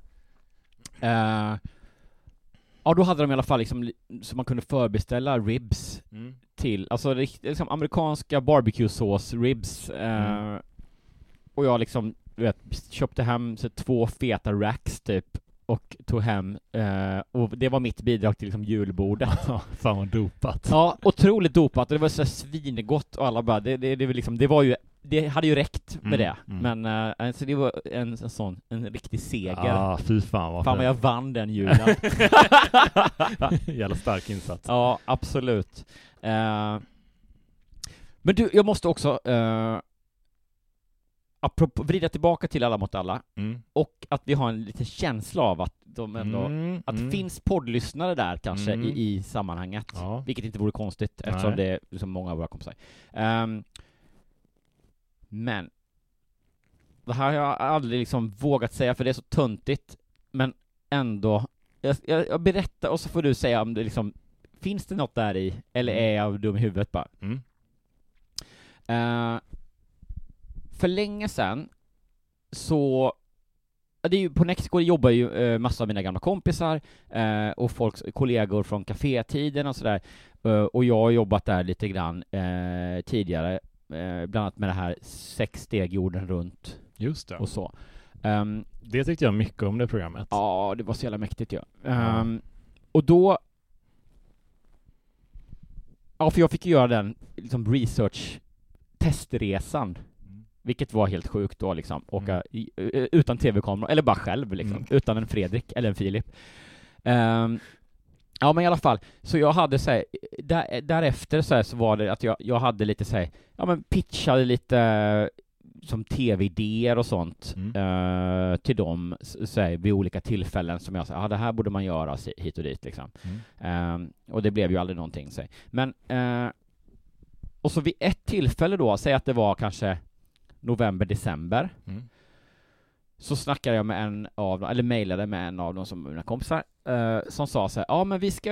Då hade de i alla fall liksom, så man kunde förbeställa ribs till, alltså liksom amerikanska barbecue-sås ribs. Och jag liksom, du vet, köpte hem så 2 feta racks typ och tog hem, och det var mitt bidrag till liksom julbordet. Fan vad dopat. Ja, otroligt dopat, och det var så svingott och alla bara, det hade ju räckt med det. Men alltså det var en riktig seger. Fy fan vad jag vann den julen. Jävla stark insats. Ja, absolut. Men du, jag måste också apropå vrida tillbaka till Alla mot alla, och att vi har en liten känsla av att de ändå, att det finns poddlyssnare där kanske i sammanhanget, vilket inte vore konstigt eftersom det är liksom många av våra kompisar. Men det här har jag aldrig liksom vågat säga, för det är så töntigt, men ändå jag berättar och så får du säga om det liksom, finns det något där i, eller är jag dum i huvudet bara. För länge sedan så, det är ju, på Nextcore jobbar ju massa av mina gamla kompisar och folks kollegor från kafétiden och sådär, och jag har jobbat där lite grann tidigare, bland annat med det här 6 steg jorden runt. Just det. Och så. Det tyckte jag mycket om det programmet. Ja, det var så jävla mäktigt och då, för jag fick göra den liksom research testresan, vilket var helt sjukt då liksom, åka utan tv-kamera, eller bara själv liksom, utan en Fredrik eller en Filip. Ja, men i alla fall, så jag hade så här, därefter så här, så var det att jag hade lite så här, men pitchade lite som tv-idéer och sånt till dem så här, vid olika tillfällen som jag sa, det här borde man göra hit och dit liksom. Och det blev ju aldrig någonting så här. Men och så vid ett tillfälle då, säg att det var kanske november, december, så snackade jag med en av dem, eller mejlade med en av dem som mina kompisar, som sa så här, men vi ska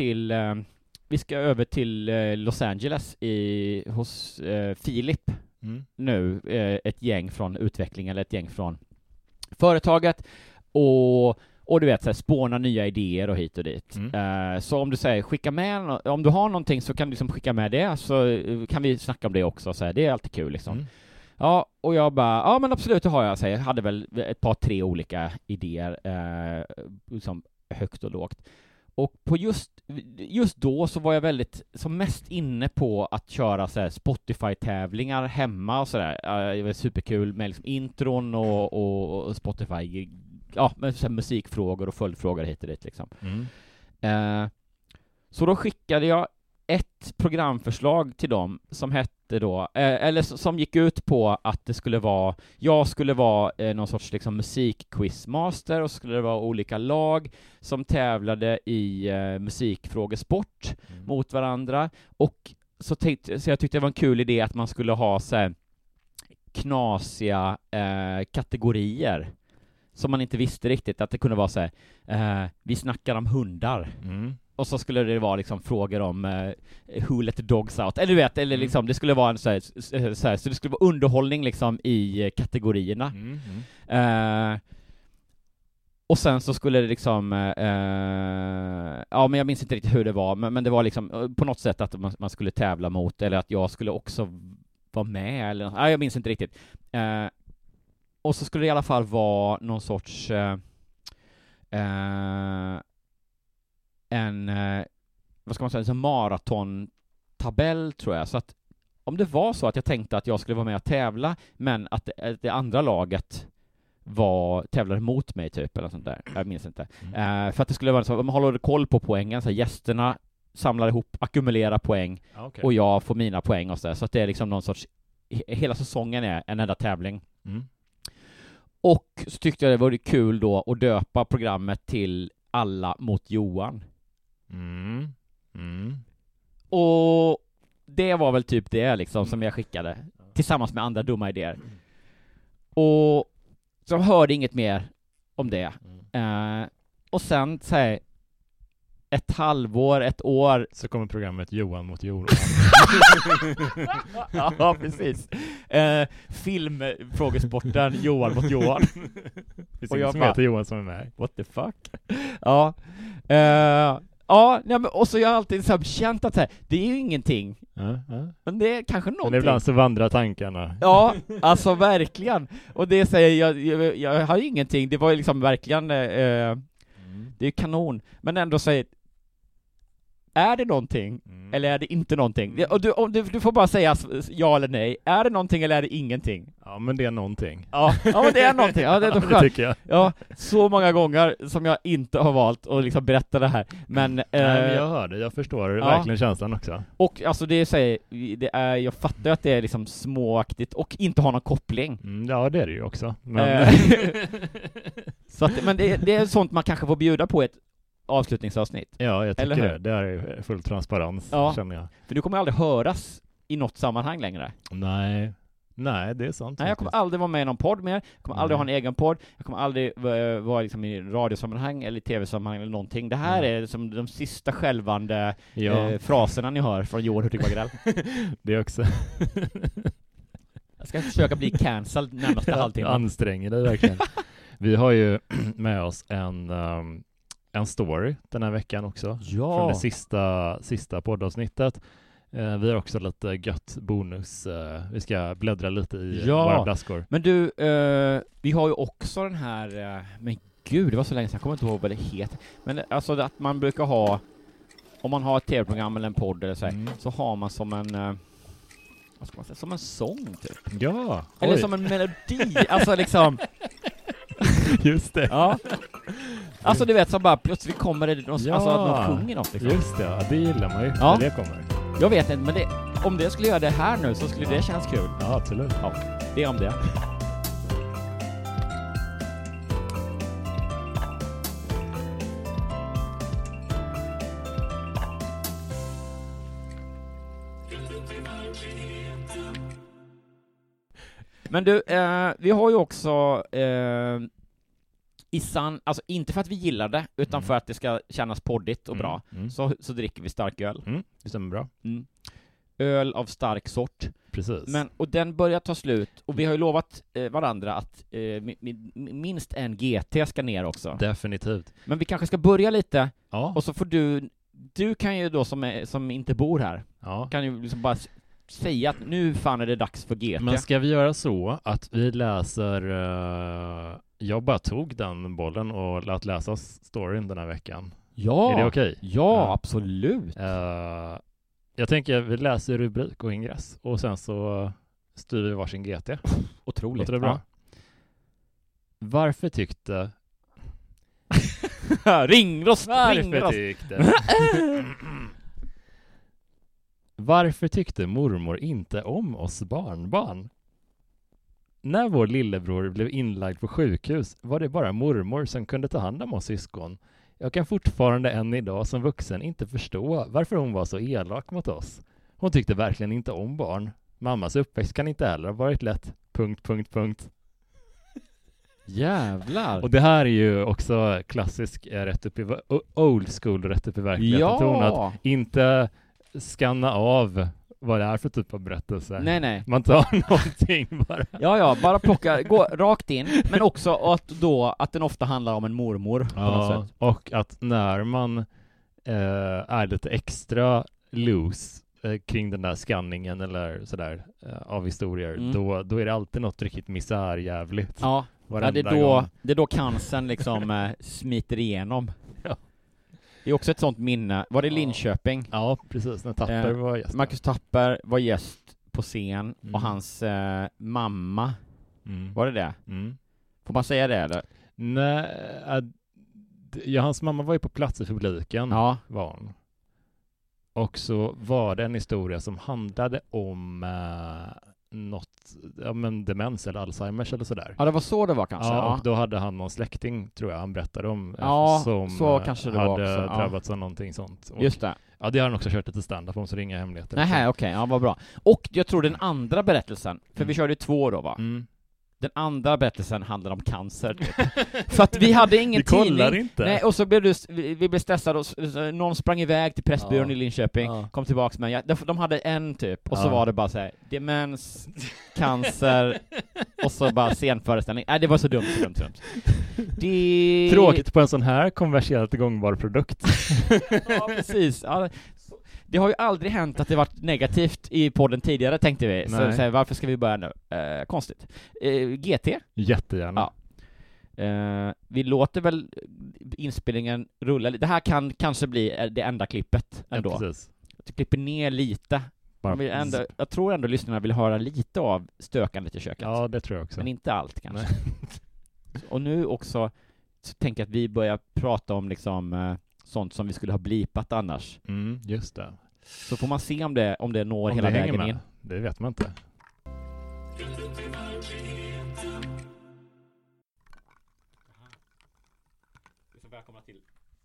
över till Los Angeles hos Filip nu, ett gäng från utveckling eller ett gäng från företaget, och du vet så här, spåna nya idéer och hit och dit. Så om du säger skicka med, om du har någonting så kan du liksom skicka med det, så kan vi snacka om det också, så här, det är alltid kul liksom. Ja, och jag bara, men absolut, det har jag. Jag hade väl ett par 3 olika idéer, liksom högt och lågt. Och på just då så var jag väldigt som mest inne på att köra så här Spotify-tävlingar hemma och sådär. Det var superkul med liksom intron och Spotify, med så här musikfrågor och följdfrågor hit och dit liksom. Så då skickade jag ett programförslag till dem som hette då, eller som gick ut på att det skulle vara, jag skulle vara någon sorts liksom musikquizmaster, och så skulle det vara olika lag som tävlade i musikfrågesport mot varandra, och så jag tyckte det var en kul idé att man skulle ha så här knasiga kategorier som man inte visste riktigt, att det kunde vara så här, vi snackar om hundar. Och så skulle det vara liksom frågor om who let the dogs out, eller du vet, eller liksom det skulle vara en så det skulle vara underhållning liksom i kategorierna. Och sen så skulle det liksom ja, men jag minns inte riktigt hur det var, men det var liksom på något sätt att man skulle tävla mot, eller att jag skulle också vara med, eller nej, jag minns inte riktigt. Och så skulle det i alla fall vara någon sorts vad ska man säga, en maratontabell tror jag. Så att om det var så att jag tänkte att jag skulle vara med och tävla, men att det andra laget tävlade mot mig typ, eller sånt där. Jag minns inte. För att det skulle vara så att man håller koll på poängen, så gästerna samlar ihop, ackumulerar poäng, och jag får mina poäng och så att det är liksom någon sorts, hela säsongen är en enda tävling. Och så tyckte jag det var kul då att döpa programmet till Alla mot Johan. Och det var väl typ det liksom som jag skickade tillsammans med andra dumma idéer. Och så hörde inget mer om det. Och sen så här, ett halvår, ett år, så kommer programmet Johan mot Johan. Ja, precis. Filmfrågesporten Johan mot Johan. Och jag som heter Johan som är med. What the fuck? Ja. Ja, nej, men och så jag har alltid så här känt att så här, det är ju ingenting. Men det är kanske någonting. Men ibland så vandrar tankarna. Ja, alltså verkligen. Och det säger jag har ju ingenting. Det var ju liksom verkligen det är kanon. Men ändå säger, är det någonting eller är det inte någonting? Och du får bara säga ja eller nej. Är det någonting eller är det ingenting? Ja, men det är någonting. Ja, men det är någonting. Ja, det är det tycker jag. Ja, så många gånger som jag inte har valt att liksom berätta det här. Men, nej, men jag hör det. Jag förstår verkligen känslan också. Och alltså jag fattar att det är liksom småaktigt och inte har någon koppling. Ja, det är det ju också. Men, så att, men det är sånt man kanske får bjuda på ett avslutningsavsnitt. Ja, jag tycker det är full transparens, känner jag. För du kommer aldrig höras i något sammanhang längre. Nej, det är sant. Nej, jag kommer aldrig vara med i någon podd mer. Jag kommer aldrig ha en egen podd. Jag kommer aldrig vara liksom i radiosammanhang eller tv-sammanhang eller någonting. Det här är som de sista skälvande fraserna ni hör från Johan Hurtig Wagrell. Det också. Jag ska försöka bli cancelled närmaste halvtimmen. Anstränger dig verkligen. Vi har ju med oss en story den här veckan också. Ja. Från det sista poddavsnittet. Vi har också lite gött bonus. Vi ska bläddra lite i våra blaskor. Men du, vi har ju också den här, men gud, det var så länge sedan, jag kommer inte ihåg vad det heter. Men alltså att man brukar ha, om man har ett tv-program eller en podd eller så här, så har man som en, vad ska man säga, som en sång typ. Ja. Eller som en melodi, alltså liksom. Just det. Ja. Alltså du vet, så bara plötsligt kommer det alltså att någon sjunger något liksom. Just det, det gillar man ju när det kommer. Jag vet inte, men om det skulle göra det här nu så skulle det kännas kul. Ja, absolut. Ja, det är om det. Men du, vi har ju också alltså inte för att vi gillar det, utan för att det ska kännas poddigt och bra, så dricker vi starköl. Det stämmer bra. Öl av stark sort. Precis. Och den börjar ta slut, och vi har ju lovat varandra att minst en GT ska ner också. Definitivt. Men vi kanske ska börja lite, och så får du kan ju då som inte bor här, kan ju liksom bara säga att nu fan är det dags för GT. Men ska vi göra så att vi läser jag bara tog den bollen och lät läsa storyn den här veckan. Ja. Är det okej? Ja, absolut. Jag tänker vi läser rubrik och ingress och sen så styr vi varsin GT. Otroligt. Låter det bra? Varför tyckte ringrost. Varför tyckte Varför tyckte mormor inte om oss barnbarn? När vår lillebror blev inlagd på sjukhus var det bara mormor som kunde ta hand om oss syskon. Jag kan fortfarande än idag som vuxen inte förstå varför hon var så elak mot oss. Hon tyckte verkligen inte om barn. Mammas uppväxt kan inte heller ha varit lätt. ... Jävlar. Och det här är ju också klassisk rätt upp i old school rätt upp i verkligheten. Ton att inte skanna av vad det är för typ av berättelse. Nej. Man tar någonting bara. Ja, bara plocka, gå rakt in. Men också att den ofta handlar om en mormor på något sätt. Och att när man är lite extra loose kring den där skanningen eller sådär av historier, då är det alltid något riktigt misärjävligt. Ja, det är då cancern liksom smiter igenom. Ja. Det är också ett sånt minne. Var det Linköping? Ja, precis. När Tapper var gäst. Marcus Tapper var gäst på scen och hans mamma. Var det? Får man säga det eller? Nej, hans mamma var ju på plats i publiken. Ja. Var hon. Och så var det en historia som handlade om demens eller Alzheimers eller sådär. Ja, det var så det var kanske. Ja, och då hade han någon släkting, tror jag, han berättade om som så kanske det hade var drabbats av någonting sånt. Och, just det. Ja, det har han också kört lite stand-up om, så det är inga hemligheter. Nej, okej, ja, vad bra. Och jag tror den andra berättelsen, för vi körde 2 då va? Den andra berättelsen handlar om cancer. För att vi hade ingen tidning. Vi kollar inte. Nej, och så blev vi blev stressade och någon sprang iväg till Pressbyrån i Linköping, kom tillbaks med de hade en typ och så var det bara så här demens, cancer och så bara senföreställning. Nej, det var så dumt. Tråkigt på en sån här kommersiellt gångbar produkt. Ja, precis. Ja, det har ju aldrig hänt att det varit negativt i podden tidigare, tänkte vi. Så varför ska vi börja nu? Konstigt. GT? Jättegärna. Ja. Vi låter väl inspelningen rulla. Det här kan kanske bli det enda klippet ändå. Ja, precis. Jag klipper ner lite. Jag tror ändå lyssnarna vill höra lite av stökandet i köket. Ja, det tror jag också. Men inte allt kanske. Och nu också så tänker jag att vi börjar prata om liksom sånt som vi skulle ha blipat annars. Just det. Så får man se om det når hela vägen in. Det vet man inte. Välkomna till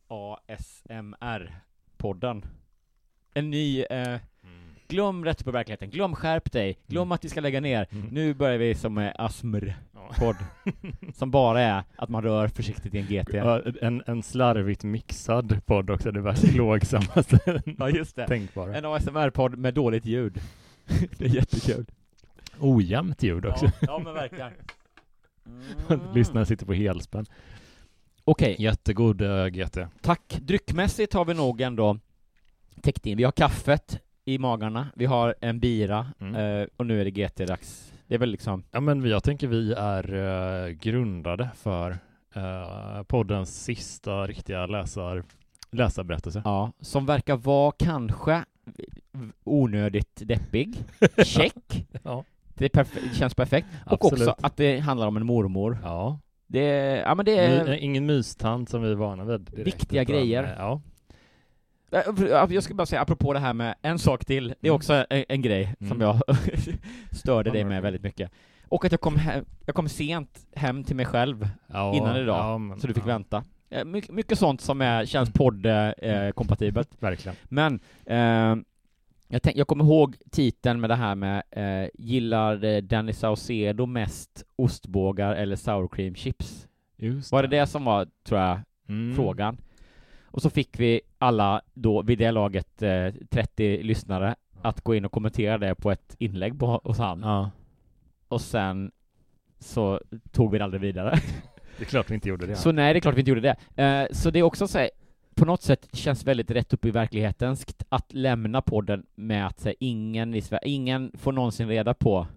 ASMR-podden. En ny glöm rätt på verkligheten. Glöm skärp dig. Glöm att vi ska lägga ner. Nu börjar vi som ASMR-podd. Som bara är att man rör försiktigt i en GT. En slarvigt mixad podd också. Det var plågsammaste. Ja, just det. Tänkbara. En ASMR-podd med dåligt ljud. Det är jättekul. Ojämnt ljud också. Ja, men verkligen. Lyssnarna sitter på helspänn. Okej. Jättegod GT. Tack. Dryckmässigt har vi nog ändå täckt in. Vi har kaffet i magarna. Vi har en bira. Och nu är det GT-dags. Det är väl liksom... Ja, men jag tänker vi är grundade för poddens sista riktiga läsarberättelse. Ja, som verkar vara kanske onödigt deppig. Check. Ja. Det känns perfekt. Och absolut. också att det handlar om en mormor. Ja. Det är ingen mystant som vi är vana vid. Direkt, viktiga grejer. Ja. Jag ska bara säga, apropå det här med en sak till. Det är också en grej som jag störde dig med väldigt mycket. Och att jag kom sent hem till mig själv innan idag. Så du fick vänta. Mycket sånt som känns podd-kompatibelt. Verkligen. Men jag kommer ihåg titeln med det här med gillar Danny Saucedo mest ostbågar eller sour cream chips? Just var det som var, tror jag, frågan. Och så fick vi alla då vid det laget 30 lyssnare att gå in och kommentera det på ett inlägg hos han. Ja. Och sen så tog vi det aldrig vidare. Det är klart vi inte gjorde det. Så nej, det är klart vi inte gjorde det. Så det är också så här, på något sätt känns väldigt rätt upp i verkligheten att lämna podden med att säga ingen får någonsin reda på.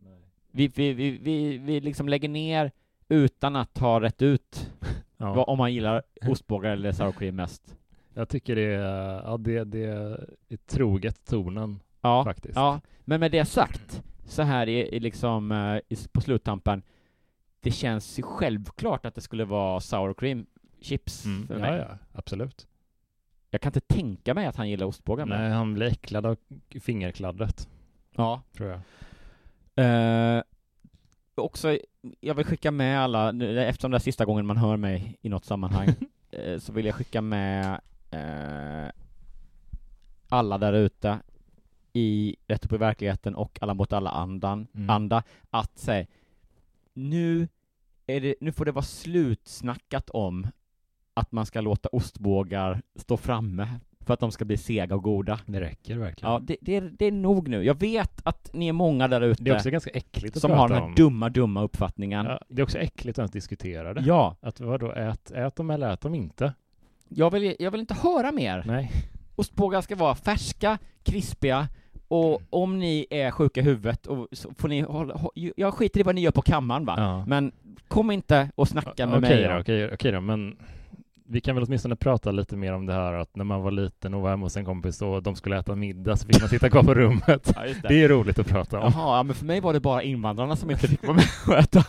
Vi liksom lägger ner utan att ha rätt ut om man gillar ostbågar eller sour cream mest. Jag tycker det är troget tonen faktiskt. Ja, men med det sagt så här är liksom på sluttampen, det känns ju självklart att det skulle vara sour cream chips för mig. Ja, absolut. Jag kan inte tänka mig att han gillar ostbågar. Nej, han blir äcklad av fingerkladdet. Ja. Tror jag. Också, jag vill skicka med alla, efter den där sista gången man hör mig i något sammanhang, så vill jag skicka med alla där ute i Rätt upp i verkligheten och Alla mot alla anda att säga, nu får det vara slutsnackat om att man ska låta ostbågar stå framme för att de ska bli sega och goda. Det räcker verkligen. Ja, det är nog nu. Jag vet att ni är många där ute. Det är också ganska äckligt att som har den här dumma uppfattningen. Ja, det är också äckligt att ens diskutera det. Ja. Att vadå, ät dem eller ät dem inte? Jag vill inte höra mer. Nej. Ostbågar ska vara färska, krispiga, och om ni är sjuka i huvudet och så får ni jag skiter i vad ni gör på kammaren, va? Ja. Men kom inte och snacka med mig. Okej då, men vi kan väl åtminstone prata lite mer om det här att när man var liten och var hemma hos en kompis och de skulle äta middag så fick man sitta kvar på rummet. Ja, det är roligt att prata om. Jaha, men för mig var det bara invandrarna som inte fick vara med och äta.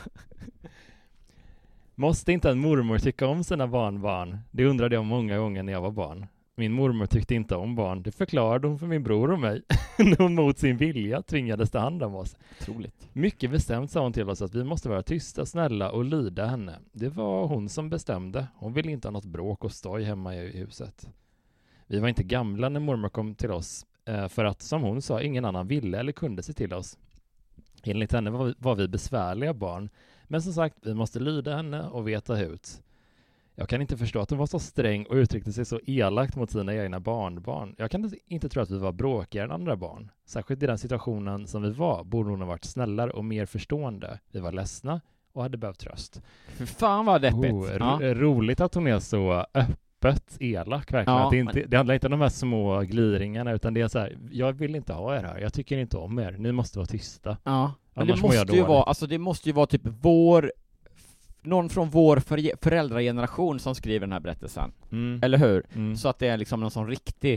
Måste inte en mormor tycka om sina barnbarn? Det undrade jag många gånger när jag var barn. Min mormor tyckte inte om barn. Det förklarade hon för min bror och mig. När hon mot sin vilja tvingades ta hand om oss. Troligt. Mycket bestämt sa hon till oss att vi måste vara tysta, snälla och lyda henne. Det var hon som bestämde. Hon ville inte ha något bråk och stoj hemma i huset. Vi var inte gamla när mormor kom till oss. För att, som hon sa, ingen annan ville eller kunde se till oss. Enligt henne var vi besvärliga barn. Men som sagt, vi måste lyda henne och veta hut. Jag kan inte förstå att hon var så sträng och uttryckte sig så elakt mot sina egna barnbarn. Jag kan inte tro att vi var bråkigare än andra barn. Särskilt i den situationen som vi var borde hon ha varit snällare och mer förstående. Vi var ledsna och hade behövt tröst. För fan vad deppigt. Roligt att hon är så öppet elak verkligen. Ja, det handlar inte om de här små gliringarna utan det är så här, jag vill inte ha er här. Jag tycker inte om er. Ni måste vara tysta. Ja, men det måste ju vara typ någon från vår föräldrageneration som skriver den här berättelsen. Eller hur? Så att det är liksom någon sån riktig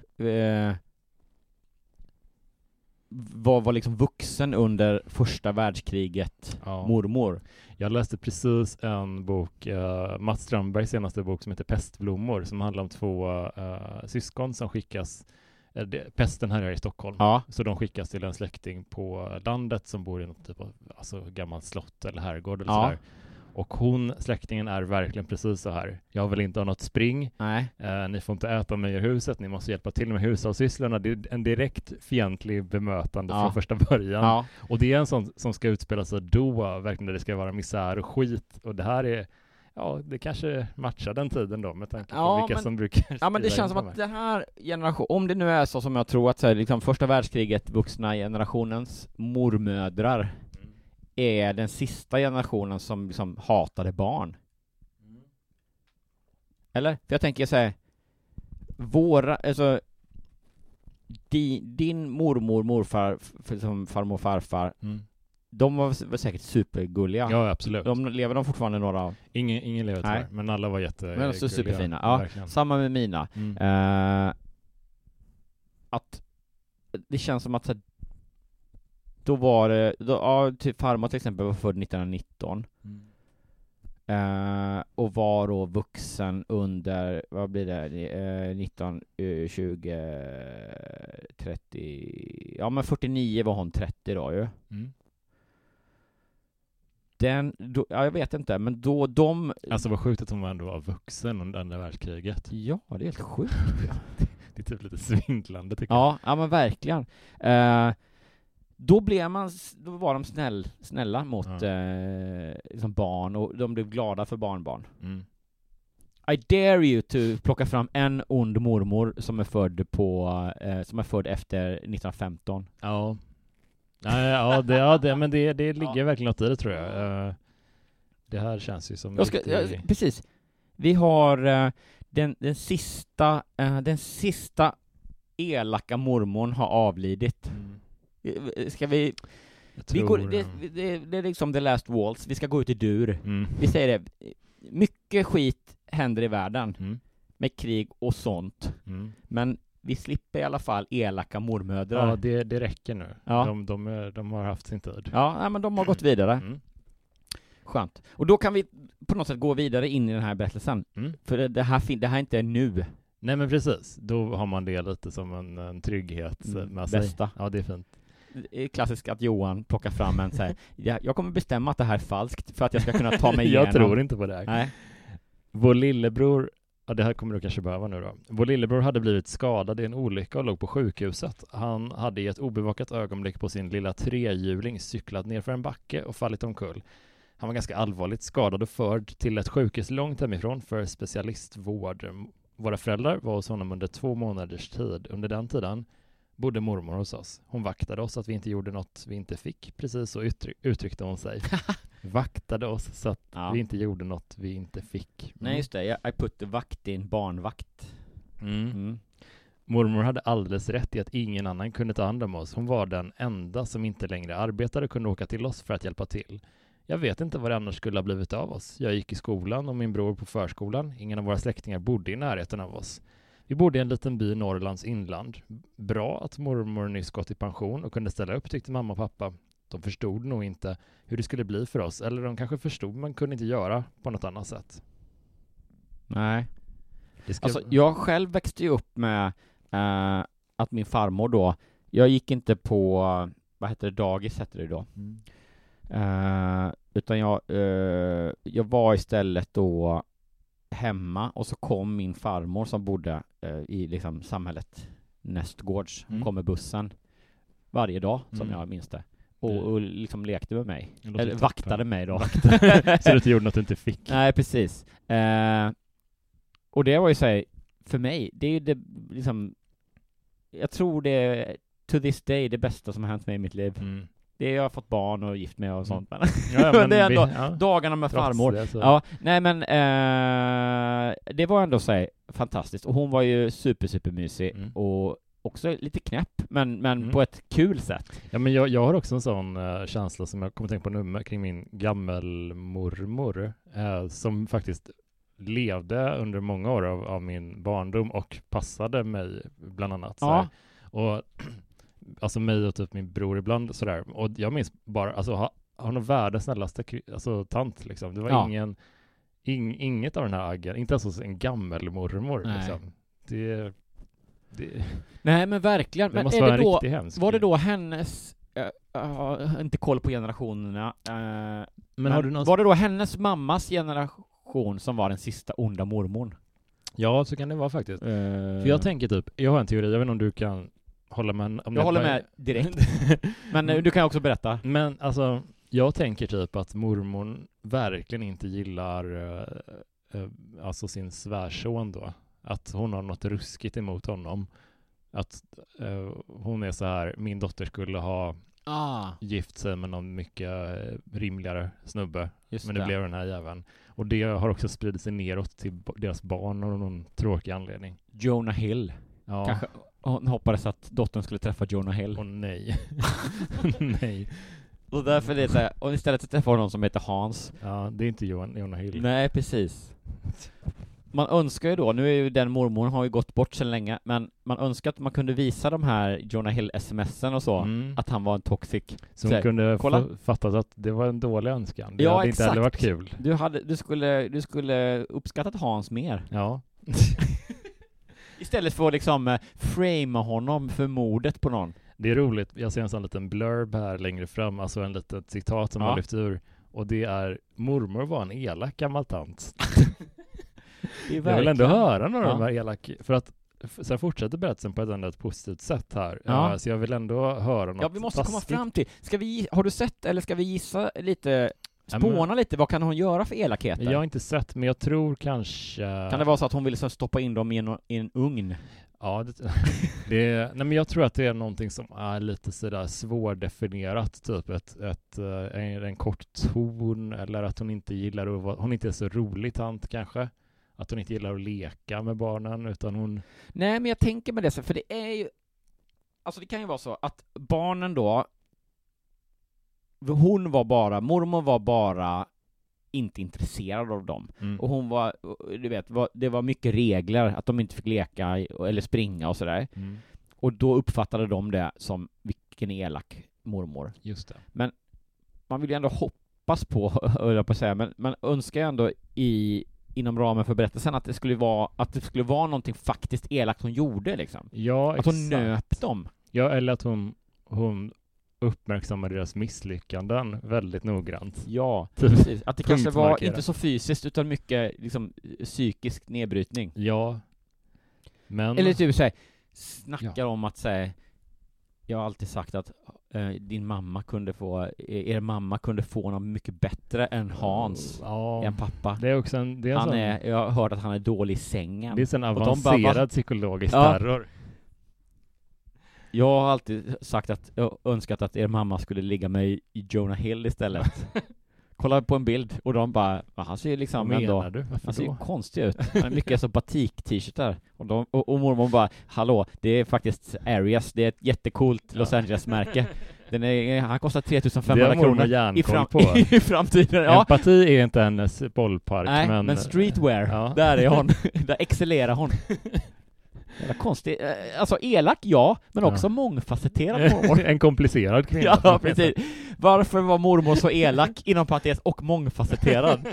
var liksom vuxen under första världskriget, mormor. Jag läste precis en bok, Mats Strandbergs senaste bok som heter Pestblommor, som handlar om två syskon som skickas. Pesten här är i Stockholm. Ja. Så de skickas till en släkting på landet som bor i något typ av gammalt slott eller herrgård eller sådär. Och släktingen är verkligen precis så här. Jag vill inte ha något spring. Nej. Ni får inte äta mig i huset. Ni måste hjälpa till med hushållssysslorna. Det är en direkt fientlig bemötande från första början. Ja. Och det är en sån som ska utspela sig då. Verkligen där det ska vara misär och skit. Och det här är... Ja, det kanske matchar den tiden då med tanke på vilka som brukar... Ja, men det känns som att det här generationen... Om det nu är så som jag tror att så här, liksom första världskriget vuxna generationens mormödrar är den sista generationen som liksom hatade barn. Eller? För jag tänker så här, din mormor, morfar, som farmor och farfar, de var säkert supergulliga. Ja, absolut. Lever de fortfarande några av? Ingen lever tyvärr, men alla var jättegulliga. Men så superfina. Ja, verkligen. Samma med mina. Att det känns som att då var det typ farmor till exempel var född 1919 och var då vuxen under, vad blir det, 19, 20, 30, ja men 49 var hon 30 då ju. Jag vet inte, men då de... Alltså vad sjukt att hon ändå var vuxen under andra världskriget. Ja, det är helt sjukt. Det är typ lite svindlande tycker jag. Ja men verkligen. Då var de snälla mot liksom barn, och de blev glada för barnbarn. I dare you to plocka fram en ond mormor som är född efter 1915. Ja. Men det ligger verkligen något i det tror jag. Det här känns ju som precis. Vi har den sista elaka mormon har avlidit. Ska vi det är liksom the last waltz. Vi ska gå ut i dur. Vi säger det. Mycket skit händer i världen med krig och sånt. Men vi slipper i alla fall elaka mormödrar. Ja, det räcker nu. Ja. De har haft sin tid. Ja, men de har gått vidare. Skönt. Och då kan vi på något sätt gå vidare in i den här berättelsen. För det här är inte nu. Nej men precis, då har man det lite som en trygghet med sig. Bästa. Ja, det är fint. Det är klassiskt att Johan plockar fram en så här, jag kommer bestämma att det här är falskt för att jag ska kunna ta mig igenom. Jag tror inte på det här. Nej. Vår lillebror, det här kommer du kanske behöva nu då. Vår lillebror hade blivit skadad i en olycka och låg på sjukhuset. Han hade i ett obevakat ögonblick på sin lilla trehjuling cyklat ner för en backe och fallit omkull. Han var ganska allvarligt skadad och förd till ett sjukhus långt hemifrån för specialistvård. Våra föräldrar var hos honom under 2 månaders tid. Under den tiden bodde mormor hos oss. Hon vaktade oss att vi inte gjorde något vi inte fick. Precis så uttryckte hon sig. Vaktade oss så att vi inte gjorde något vi inte fick. Nej just det, I put the vakt in barnvakt. Mormor hade alldeles rätt i att ingen annan kunde ta hand om oss. Hon var den enda som inte längre arbetade och kunde åka till oss för att hjälpa till. Jag vet inte vad det annars skulle ha blivit av oss. Jag gick i skolan och min bror på förskolan. Ingen av våra släktingar bodde i närheten av oss. Vi bodde i en liten by i Norrlands inland. Bra att mormor nyss gått i pension och kunde ställa upp, tyckte mamma och pappa. De förstod nog inte hur det skulle bli för oss. Eller de kanske förstod men kunde inte göra på något annat sätt. Nej. Alltså, jag själv växte ju upp med att min farmor då, jag gick inte på, vad heter det, dagis heter det då. Utan jag var istället då hemma och så kom min farmor som bodde i liksom samhället nästgårds. Hon kom med bussen varje dag som jag minns det. Och liksom lekte med mig. Eller vaktade mig då. Så du inte gjorde något du inte fick. Nej, precis. Och det var ju så här, för mig, det är ju det liksom, jag tror det är to this day det bästa som har hänt mig i mitt liv. Det är jag har fått barn och gift med och sånt. Men det är ändå dagarna med farmor. Ja, nej men det var ändå så här fantastiskt. Och hon var ju supermysig och också lite knäpp, men på ett kul sätt. Ja, men jag har också en sån känsla som jag kommer tänka på nu kring min gammelmormor som faktiskt levde under många år av min barndom och passade mig bland annat. Ja. Och alltså mig och typ min bror ibland sådär. Och jag minns bara, alltså han var världens snällaste tant liksom. Det var inget av den här aggen, inte ens en gammelmormor liksom. Det nej men verkligen. Men måste vara riktigt hemskt. Var det då hennes inte koll på generationerna men har du var det då hennes mammas generation som var den sista onda mormorn? Ja, så kan det vara faktiskt. För jag tänker typ, jag har en teori, jag vet inte om du kan hålla med om jag håller med direkt. Men du kan också berätta. Men alltså, jag tänker typ att mormor verkligen inte gillar alltså sin svärson då. Att hon har något ruskigt emot honom. Att hon är så här, min dotter skulle ha gift sig med någon mycket rimligare snubbe. Just men det blev den här jäveln. Och det har också spridit sig neråt till deras barn av någon tråkig anledning. Jonah Hill. Ja. Kanske hon hoppades att dottern skulle träffa Jonah Hill. Och nej. Nej. Och därför är det så här, och istället träffar hon någon som heter Hans. Ja, det är inte Jonah Hill. Nej, precis. Man önskar ju då, nu är ju den mormor har ju gått bort sedan länge, men man önskar att man kunde visa de här Jonah Hill-sms'en och så, att han var en toxic. Så hon kunde fattat att det var en dålig önskan. Det hade inte heller varit kul. Du skulle uppskattat Hans mer. Ja. Istället för att liksom framea honom för mordet på någon. Det är roligt, jag ser en sån liten blurb här längre fram, alltså en liten citat som har lyft ur, och det är: mormor var en elak gammal tant. Jag vill ändå höra några av de här elak, för att sen fortsätter berättelsen på ett positivt sätt här. Så jag vill ändå höra något. Ja, vi måste komma fram till. Har du sett, eller ska vi gissa lite, spåna lite, vad kan hon göra för elakheter? Jag har inte sett, men jag tror kanske... Kan det vara så att hon vill så stoppa in dem i en ugn? Ja, nej, men jag tror att det är någonting som är lite sådär svårdefinierat, typ en kort ton, eller att hon inte gillar att vara, hon inte är så rolig tant kanske. Att hon inte gillar att leka med barnen, utan hon... Nej, men jag tänker med det, för det är ju... Alltså det kan ju vara så att barnen då... Mormor var bara inte intresserad av dem. Och hon var, du vet, det var mycket regler att de inte fick leka eller springa och sådär. Och då uppfattade de det som vilken elak mormor. Just det. Men man vill ju ändå hoppas på, höll jag på att säga, men man önskar ändå i inom ramen för berättelsen att det skulle vara någonting faktiskt elakt hon gjorde liksom. Ja, att hon nöp dem. Ja, eller att hon uppmärksammar deras misslyckanden väldigt noggrant. Ja, precis. Att det kanske var inte så fysiskt utan mycket liksom psykisk nedbrytning. Ja. Men eller typ såhär snackar om att säga jag har alltid sagt att er mamma kunde få något mycket bättre än Hans, än pappa. Det är också jag har hört att han är dålig i sängen. Det är en avancerad psykologisk terror. Jag har alltid sagt att jag önskat att er mamma skulle ligga med i Jonah Hill istället. Kolla på en bild och de bara, han ser ju liksom ändå, han ser ju konstig ut. Han är mycket så batik-t-shirtar. Och mormor bara, hallå, det är faktiskt Arias, det är ett jättecoolt Los Angeles-märke. Han kostar 3500 kronor i framtiden. Ja. Empati är inte hennes bollpark. Nej, men streetwear, där är hon. Där excellerar hon. Det var konstigt. Alltså elak, ja, men också mångfacetterad mormor. En komplicerad kvinna. Ja, precis. Varför var mormor så elak inom parentes och mångfacetterad?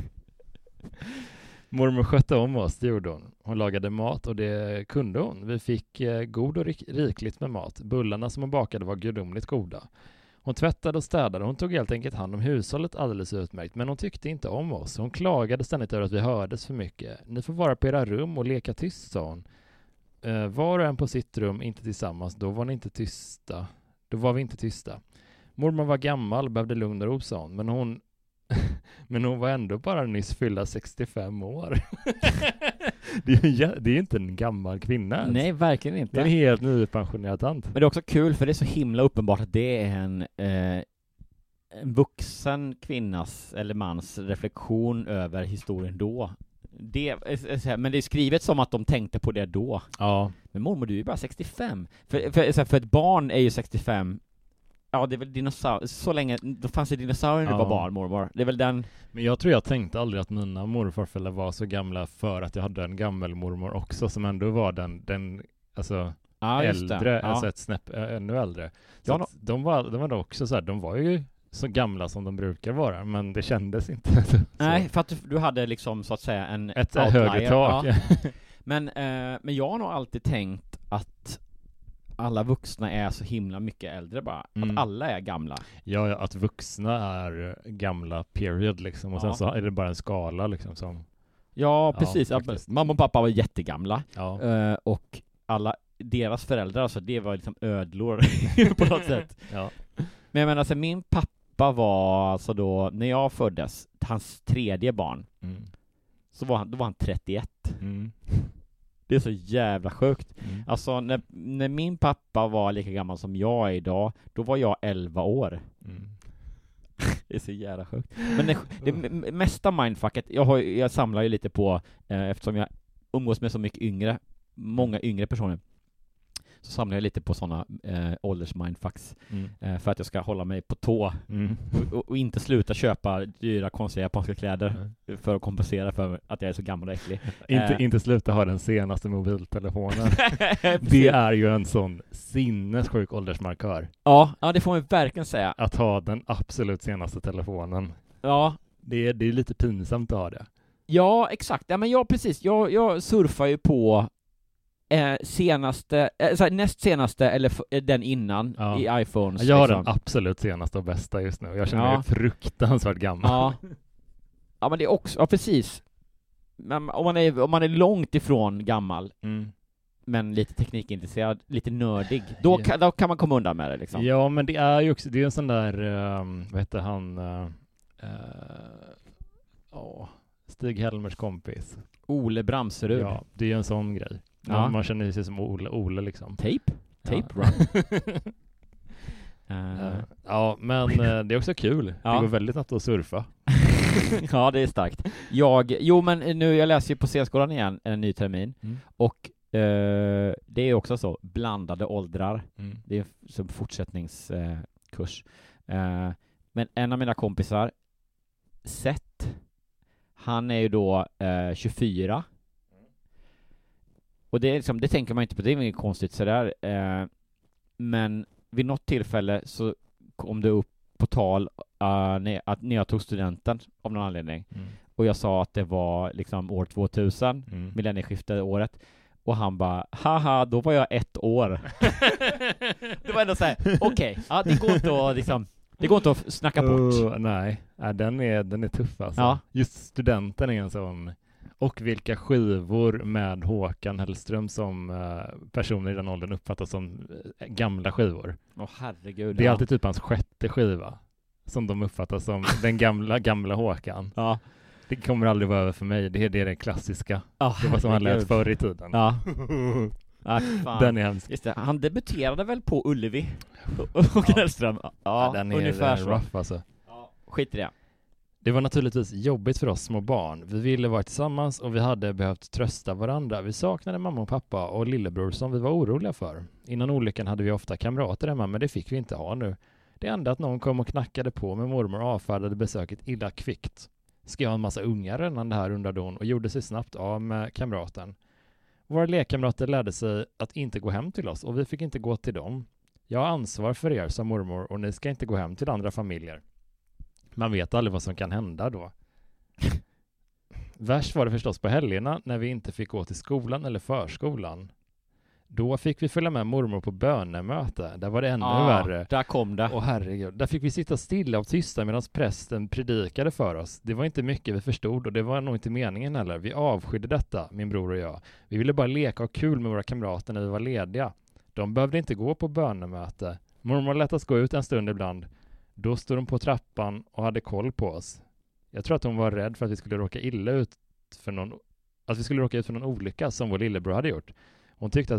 Mormor skötte om oss, det gjorde hon. Hon lagade mat och det kunde hon. Vi fick god och rikligt med mat. Bullarna som hon bakade var gudomligt goda. Hon tvättade och städade. Hon tog helt enkelt hand om hushållet alldeles utmärkt. Men hon tyckte inte om oss. Hon klagade ständigt över att vi hördes för mycket. Ni får vara på era rum och leka tyst, sa hon. Var och en på sitt rum, inte tillsammans. Då var vi inte tysta. Mormor var gammal, behövde lugn och ro, sa hon. Men hon var ändå bara nyss fyllda 65 år. Det är inte en gammal kvinna ens. Nej, verkligen inte. Det är en helt nypensionerad tant. Men det är också kul för det är så himla uppenbart att det är en vuxen kvinnas eller mans reflektion över historien då. Men det är skrivet som att de tänkte på det då. Ja. Men mormor, du är ju bara 65. För ett barn är ju 65. Ja, det är väl dinosaurier. Så länge, då fanns det dinosaurier när du var barn, mormor. Det är väl den. Men jag tror jag tänkte aldrig att mina morfarföräldrar var så gamla för att jag hade en gammal mormor också som ändå var den alltså äldre, alltså ett snäpp ännu äldre. Så de var då också så här, de var ju så gamla som de brukar vara, men det kändes inte så. Nej, för att du hade liksom så att säga ett högre tak. Ja. Men jag har nog alltid tänkt att alla vuxna är så himla mycket äldre bara. Att alla är gamla. Ja, att vuxna är gamla period liksom. Och sen så är det bara en skala liksom som. Ja, precis. Mamma och pappa var jättegamla. Ja. Och alla deras föräldrar, alltså det var liksom ödlor på något sätt. Ja. Men jag menar, alltså, min pappa var alltså då, när jag föddes, hans tredje barn. Då var han 31. Det är så jävla sjukt. Alltså när min pappa var lika gammal som jag är idag, då var jag 11 år. Det är så jävla sjukt. Men det mesta mindfucket, jag samlar ju lite på, eftersom jag umgås med så mycket många yngre personer, så samlar jag lite på sådana åldersmindfucks för att jag ska hålla mig på tå och inte sluta köpa dyra konstiga japanska kläder för att kompensera för att jag är så gammal och äcklig. Inte sluta ha den senaste mobiltelefonen. Det är ju en sån sinnessjuk åldersmarkör. Ja, det får man verkligen säga. Att ha den absolut senaste telefonen. Ja. Det är lite pinsamt att ha det. Ja, exakt. Ja, men precis. Jag surfar ju på näst senaste eller den innan i iPhones. Jag har den absolut senaste och bästa just nu. Jag känner mig fruktansvärt gammal. Ja, men det är också precis. Men om man är långt ifrån gammal, men lite teknikintresserad, lite nördig, då kan man komma undan med det liksom. Ja, men det är ju också, det är en sån där vad heter han Stig Helmers kompis. Ole Bramserud. Ja, det är ju en sån grej. Man känner sig som Ole liksom. Tape run. Ja, men det är också kul. Det går väldigt snabbt att surfa. Ja, det är starkt. Jag läser ju på C-skolan igen en ny termin. Och det är också så blandade åldrar. Det är som fortsättningskurs. Men en av mina kompisar, Seth, han är ju då 24. Och det är liksom, det tänker man inte på, det är inget konstigt sådär. Men vid något tillfälle så kom det upp på tal att när jag tog studenten av någon anledning. och jag sa att det var liksom år 2000, millennieskiftet året, och han bara, haha, då var jag 1 år. Det var ändå så här, okej, ja, det går inte att liksom, det går inte att snacka bort. Nej, den är tuff alltså. Ja. Just studenten är en sån. Och vilka skivor med Håkan Hellström som personer i den åldern uppfattar som gamla skivor. Herregud. Det är alltid typ hans 6:e skiva som de uppfattar som den gamla Håkan. Ja. Det kommer aldrig vara över för mig. Det är det klassiska. Det var som han lät förr i tiden. Ja. Fan. Den är hemsk. Just det. Han debuterade väl på Ullevi? Håkan Hellström. Ja, den är ungefär så. Rough, alltså. Skit i det. Det var naturligtvis jobbigt för oss små barn. Vi ville vara tillsammans och vi hade behövt trösta varandra. Vi saknade mamma och pappa och lillebror som vi var oroliga för. Innan olyckan hade vi ofta kamrater hemma, men det fick vi inte ha nu. Det enda att någon kom och knackade på med mormor avfärdade besöket illa kvickt. Ska jag ha en massa ungar rännande här, undrade hon och gjorde sig snabbt av med kamraten. Våra lekkamrater lärde sig att inte gå hem till oss och vi fick inte gå till dem. Jag har ansvar för er, sa mormor, och ni ska inte gå hem till andra familjer. Man vet aldrig vad som kan hända då. Värst var det förstås på helgerna när vi inte fick gå till skolan eller förskolan. Då fick vi följa med mormor på bönemöte. Där var det ännu värre. Där kom det. Åh herregud. Där fick vi sitta stilla och tysta medan prästen predikade för oss. Det var inte mycket vi förstod och det var nog inte meningen heller. Vi avskydde detta, min bror och jag. Vi ville bara leka och kul med våra kamrater när vi var lediga. De behövde inte gå på bönemöte. Mormor lät oss gå ut en stund ibland. Då stod hon på trappan och hade koll på oss. Jag tror att hon var rädd för att vi skulle råka illa ut för någon, att vi skulle råka ut för någon olycka som vår lillebror hade gjort. Hon tyckte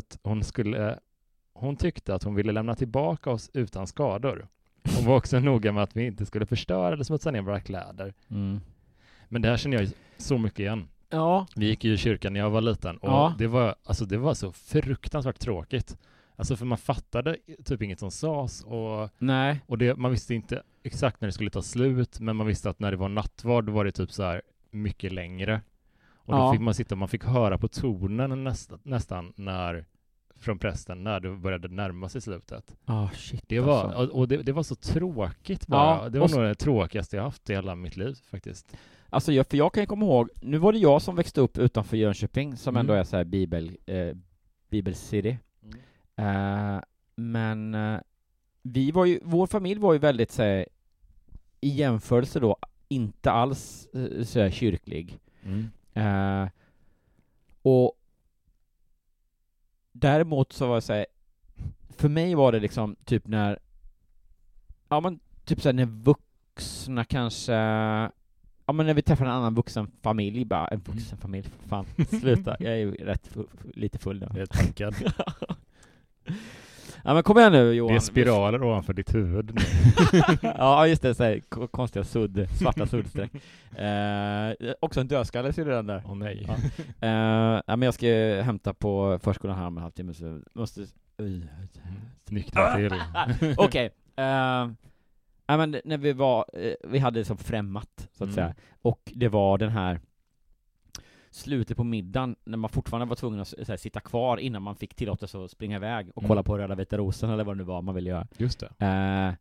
att hon ville lämna tillbaka oss utan skador. Hon var också noga med att vi inte skulle förstöra eller smutsa ner våra kläder. Men det här känner jag så mycket igen. Ja. Vi gick ju i kyrkan när jag var liten och det var så fruktansvärt tråkigt. Alltså för man fattade typ inget som sades och man visste inte exakt när det skulle ta slut, men man visste att när det var nattvard var det typ så här mycket längre. Och då fick man sitta och man fick höra på tonen nästan från prästen när det började närma sig slutet. Det var så tråkigt bara. Det var nog det tråkigaste jag haft i hela mitt liv faktiskt. Alltså för jag kan komma ihåg, nu var det jag som växte upp utanför Jönköping som ändå är så här bibelcity. Men vår familj var ju väldigt så här, i jämförelse då inte alls så här kyrklig. Och däremot så var det så här, för mig var det liksom typ när typ så här, när vuxna kanske när vi träffade en annan vuxen familj, bara en vuxen familj, fan, sluta, jag är ju rätt lite full då. Jag är tankad. Ja men kom igen nu Johan. Det är spiraler ovanför ditt huvud nu. Ja just det, så här, konstiga svarta suddsträck. Också en dödskalle ser du den där. Åh nej. Ja. Men jag ska hämta på förskolan här med halvtimme så måste nyktra till. Okej. Men när vi hade det som främmat så att säga. Och det var den här slutet på middagen när man fortfarande var tvungen att så här, sitta kvar innan man fick tillåtelse att springa iväg och kolla på Röda vita rosen eller vad det nu var man ville göra. Just det.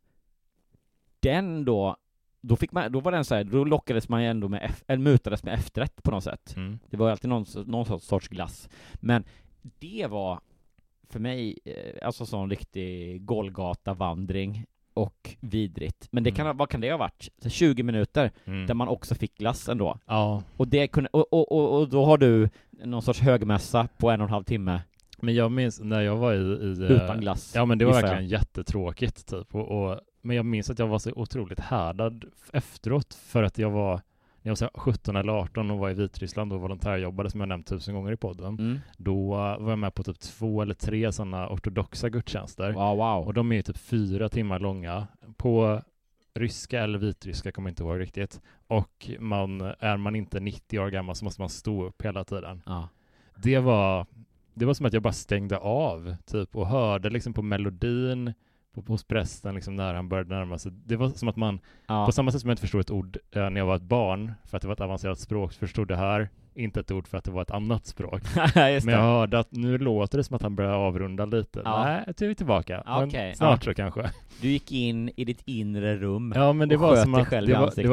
Den då var den så här, då lockades man ju ändå mutades med efterrätt på något sätt. Det var alltid någon sorts glass. Men det var för mig alltså sån riktig Golgata-vandring och vidrigt. Men det vad kan det ha varit? Så 20 minuter där man också fick glass ändå. Ja. Och det kunde och då har du någon sorts högmässa på 1,5 timme. Men jag minns när jag var utan glass. Ja, men det var verkligen jättetråkigt typ men jag minns att jag var så otroligt härdad efteråt för att jag var 17 eller 18 och var i Vitryssland och volontärjobbade som jag nämnt 1000 gånger i podden. Då var jag med på typ 2 eller 3 sådana ortodoxa gudstjänster. Wow. Och de är ju typ 4 timmar långa. På ryska eller vitryska kommer jag inte ihåg riktigt. Och är man inte 90 år gammal så måste man stå upp hela tiden. Det var som att jag bara stängde av typ och hörde liksom på melodin hos prästen liksom när han började närma sig. Det var som att man på samma sätt som jag inte förstod ett ord när jag var ett barn för att det var ett avancerat språk, förstod det här inte ett ord för att det var ett annat språk. Men jag hörde att nu låter det som att han börjar avrunda lite. Nej, jag är tillbaka. Snart så kanske. Du gick in i ditt inre rum. Ja, men det var som att det var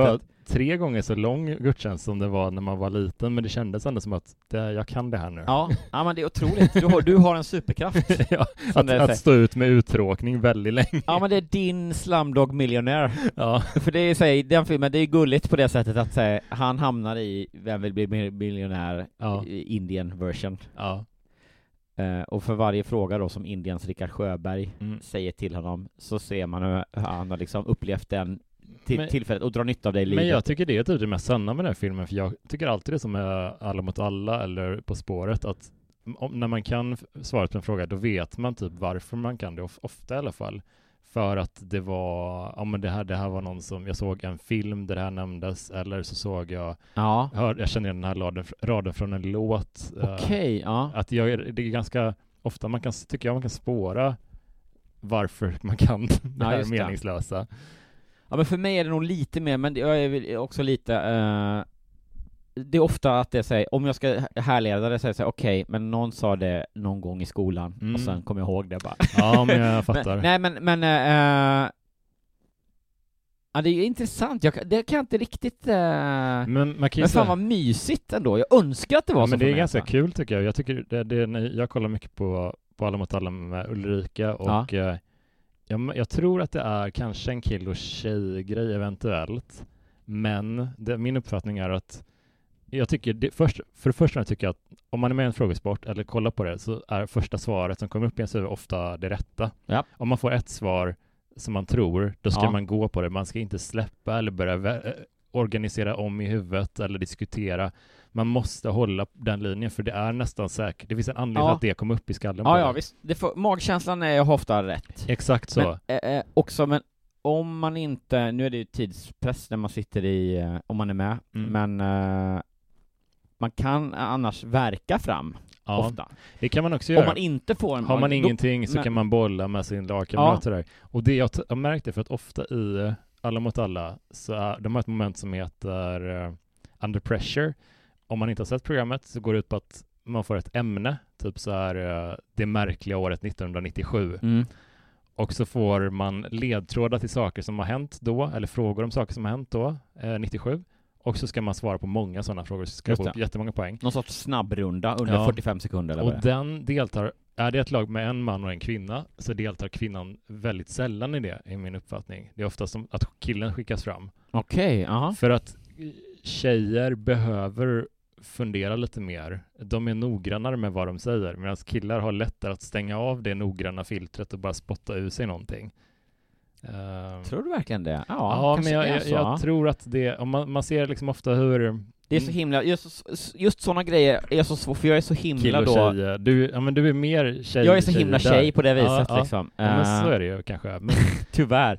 3 gånger så lång gudstjänst som det var när man var liten, men det kändes ändå som att jag kan det här nu. Ja, men det är otroligt. Du har en superkraft. Ja, att stå ut med uttråkning väldigt länge. Ja, men det är din Slumdog Millionaire. Ja. För det är så den filmen, det är gulligt på det sättet att säga, han hamnar i Vem vill bli miljonär, i Indian version. Ja. Och för varje fråga då som Indiens Rickard Sjöberg säger till honom, så ser man hur han har liksom upplevt den tillfället och drar nytta av det i livet. Men jag tycker det är typ det mest sanna med den här filmen, för jag tycker alltid det som är Alla mot alla eller På spåret, att när man kan svaret på en fråga, då vet man typ varför man kan det, ofta i alla fall. För att det var, men det här var någon som, jag såg en film där det här nämndes, eller så såg jag, jag känner igen den här raden från en låt. Okej, Att det är ganska ofta man kan spåra varför man kan det här meningslösa. Ja, men för mig är det nog lite mer, men jag är också lite det är ofta att det säger, om jag ska härleda det, säger okej, men någon sa det någon gång i skolan och sen kommer jag ihåg det bara. Ja, men jag fattar. Men ja, det är ju intressant. Det kan jag inte riktigt men fan vad mysigt ändå. Jag önskar att det var så. Men det är ganska kul tycker jag. Jag tycker jag kollar mycket på Alla mot alla med Ulrika och jag tror att det är kanske en kill- och tjej-grej eventuellt. Men min uppfattning är att jag tycker för det första tycker jag att om man är med i en frågesport eller kollar på det, så är första svaret som kommer upp i ens huvud ofta det rätta. Ja. Om man får ett svar som man tror, då ska man gå på det. Man ska inte släppa eller börja organisera om i huvudet eller diskutera. Man måste hålla den linjen, för det är nästan säkert. Det finns en anledning att det kommer upp i skallen. Ja, visst. Magkänslan är ofta rätt. Exakt så. Men om man inte, nu är det ju tidspress när man sitter i, om man är med, men man kan annars verka fram ofta. Det kan man också göra. Om man inte får har man ingenting så kan man bolla med sin lagkamrat där. Och det jag märkte, för att ofta i Alla mot alla så är de har ett moment som heter Under Pressure. Om man inte har sett programmet så går det ut på att man får ett ämne, typ så här det märkliga året 1997. Och så får man ledtrådar till saker som har hänt då, eller frågor om saker som har hänt då, 97. Och så ska man svara på många sådana frågor, så ska få jättemånga poäng. Någon sorts snabbrunda under 45 sekunder. Eller och den är det ett lag med en man och en kvinna, så deltar kvinnan väldigt sällan i det, i min uppfattning. Det är ofta som att killen skickas fram. Okej, För att tjejer behöver fundera lite mer. De är noggrannare med vad de säger, medan killar har lättare att stänga av det noggranna filtret och bara spotta ur sig någonting. Tror du verkligen det? Ja, men jag tror att det, om man ser liksom ofta hur det är så himla, just såna grejer är så svårt, för jag är så himla då. Du är mer tjej. Jag är så himla tjej på det viset liksom. Ja, men så är det ju kanske. Men, tyvärr.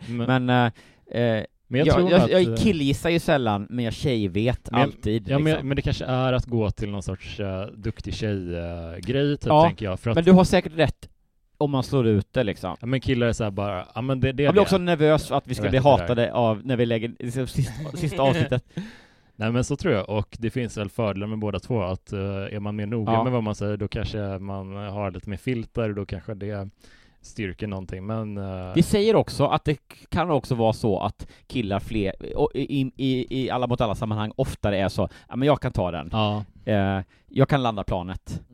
Men jag killgissar ju sällan, men jag tjejvet alltid. Ja, liksom. men det kanske är att gå till någon sorts duktig tjej-grej, typ, tänker jag. För att, men du har säkert rätt om man slår ut det liksom. Ja, men killar är så här bara, ja men det jag blir också nervös att vi ska bli hatade av när vi lägger sista avsnittet. Nej, men så tror jag, och det finns väl fördelar med båda två, att är man mer noga med vad man säger, då kanske man har lite mer filter, och då kanske det styrker någonting, men vi säger också att det kan också vara så att killar fler i Alla mot alla sammanhang oftare är så, ja men jag kan ta den. Jag kan landa planet.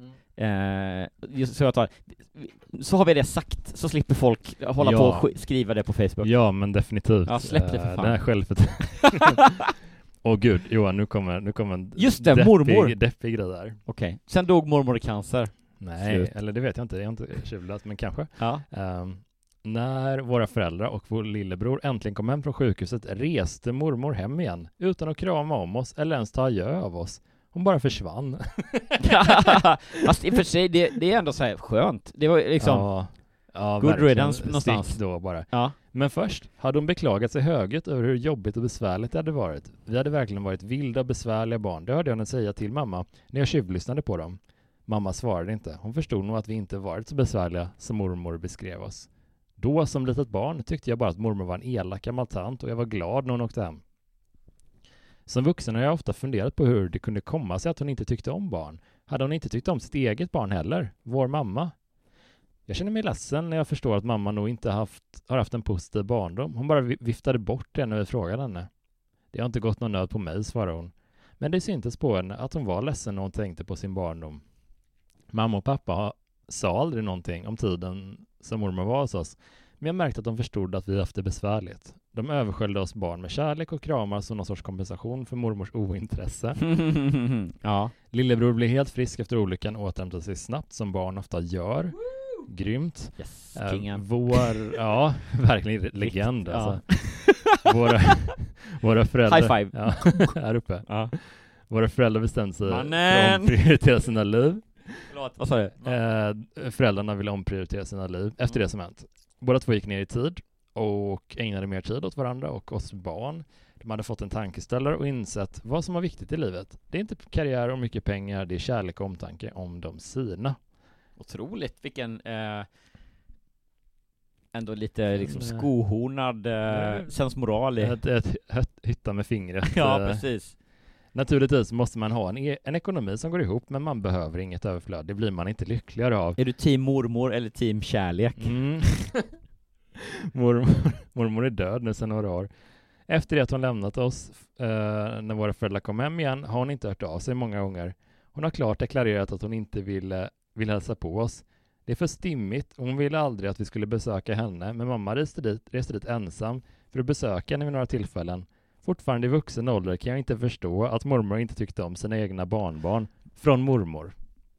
Så har vi det sagt, så slipper folk hålla på och skriva det på Facebook. Ja, men definitivt. Ja, släpp det för fan. Det här självt. Gud, Johan, nu kommer en just det, deppig grej där. Okej. Sen dog mormor i cancer. Nej, eller det vet jag inte. Jag har inte tjuvlat, men kanske. När våra föräldrar och vår lillebror äntligen kom hem från sjukhuset reste mormor hem igen utan att krama om oss eller ens ta adjö av oss. Hon bara försvann. Fast i och för sig, det är ändå så här skönt. Det var liksom good riddance någonstans då bara. Men först hade hon beklagat sig högt över hur jobbigt och besvärligt det hade varit. Vi hade verkligen varit vilda och besvärliga barn. Det hörde jag henne säga till mamma när jag tjuvlyssnade på dem. Mamma svarade inte. Hon förstod nog att vi inte varit så besvärliga som mormor beskrev oss. Då som litet barn tyckte jag bara att mormor var en elak gammal tant, och jag var glad när hon åkte hem. Som vuxen har jag ofta funderat på hur det kunde komma sig att hon inte tyckte om barn. Hade hon inte tyckt om sitt eget barn heller? Vår mamma? Jag känner mig ledsen när jag förstår att mamma nog inte har haft en positiv barndom. Hon bara viftade bort det när vi frågade henne. Det har inte gått någon nöd på mig, svarade hon. Men det syntes på henne att hon var ledsen när hon tänkte på sin barndom. Mamma och pappa sa aldrig någonting om tiden som mormor var hos oss. Men jag märkte att de förstod att vi haft det besvärligt. De översköljde oss barn med kärlek och kramar som någon sorts kompensation för mormors ointresse. Ja. Lillebror blev helt frisk efter olyckan och återhämtade sig snabbt som barn ofta gör. Grymt. Yes, kingen. Ja, verkligen legend. Ja. Alltså. Våra föräldrar... High five. Ja, här uppe. Ja. Våra föräldrar bestämde sig för Mannen! att omprioritera sina liv. Förlåt, vad sa du? Föräldrarna ville omprioritera sina liv efter det som hänt. Båda två gick ner i tid och ägnade mer tid åt varandra och oss barn. De hade fått en tankeställare och insett vad som var viktigt i livet. Det är inte karriär och mycket pengar, det är kärlek och omtanke om de sina. Otroligt, vilken ändå lite liksom skohornad sensmoral i. Ett hytta med fingret. Ja, precis. Naturligtvis måste man ha en ekonomi som går ihop, men man behöver inget överflöd. Det blir man inte lyckligare av. Är du team mormor eller team kärlek? Mormor är död nu sedan några år. Efter det att hon lämnat oss när våra föräldrar kom hem igen har hon inte hört av sig många gånger. Hon har klart deklarerat att hon inte vill hälsa på oss. Det är för stimmigt och hon ville aldrig att vi skulle besöka henne, men mamma reste dit ensam för att besöka henne vid några tillfällen. Fortfarande i vuxen ålder kan jag inte förstå att mormor inte tyckte om sina egna barnbarn från mormor.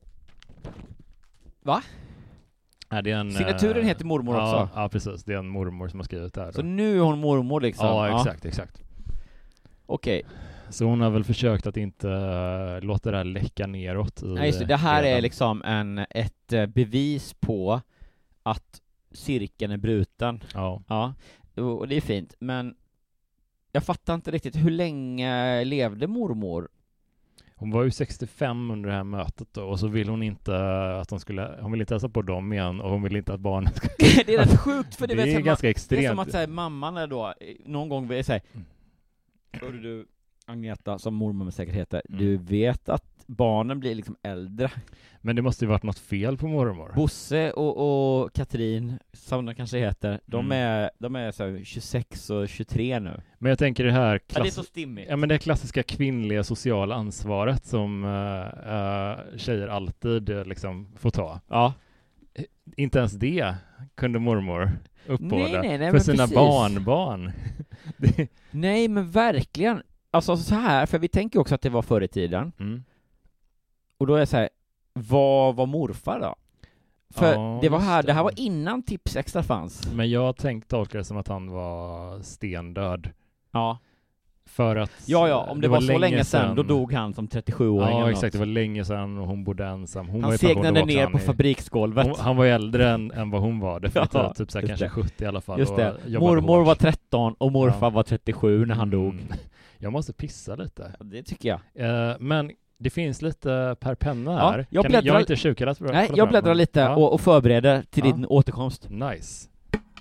Va? Signaturen heter mormor också? Ja, precis. Det är en mormor som har skrivit det här. Så nu är hon mormor liksom? Ja, exakt. Okej. Så hon har väl försökt att inte låta det här läcka neråt. Nej, just det här är liksom ett bevis på att cirkeln är bruten. Ja. Och det är fint, men jag fattar inte riktigt, hur länge levde mormor? Hon var ju 65 under det här mötet då, och så vill hon inte att hon vill inte hälsa på dem igen, och hon vill inte att barnen ska... Det är rätt sjukt, för det är ganska extremt. Det är som att säga, mamman är då någon gång vill säga, hörru du Agneta, som mormor med säkerhet heter, du vet att barnen blir liksom äldre. Men det måste ju varit något fel på mormor. Bosse och Katrin, som de kanske heter, de är så här 26 och 23 nu. Men jag tänker det här det är så stimmigt. Ja, men det klassiska kvinnliga sociala ansvaret som tjejer alltid liksom får ta. Ja. Inte ens det kunde mormor uppbåda nej, för sina precis. Barnbarn. Nej, men verkligen. Alltså så här, för vi tänker också att det var förr i tiden. Och då är det så här, vad var morfar då? För det här var innan Tips Extra fanns. Men jag tolkar det som att han var stendöd. Ja. För att ja, om det var så länge sedan, då dog han som 37-åring. Ja, exakt, det var länge sedan och hon bodde ensam. Han segnade ner på fabriksgolvet. Han var äldre än vad hon var, definitivt, typ så här, kanske 70 i alla fall. Just det, mormor var 13 och morfar var 37 när han dog. Jag måste pissa lite. Ja, det tycker jag. Men det finns lite per penna här. Jag har inte tjukat. Nej, jag bläddrar lite och förbereder till din återkomst. Nice.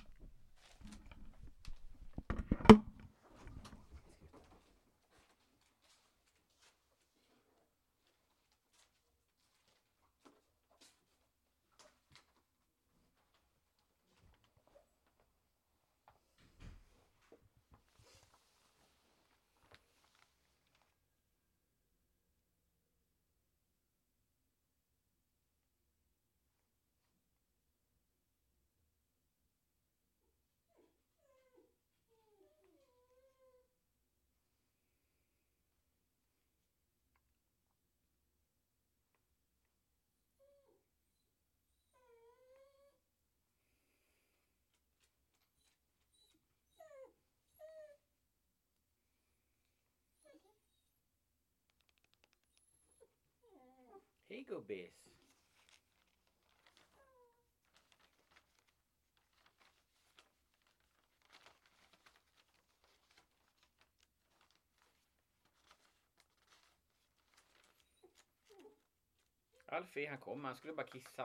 Hej gubbis. Alfie, han kom, han skulle bara kissa.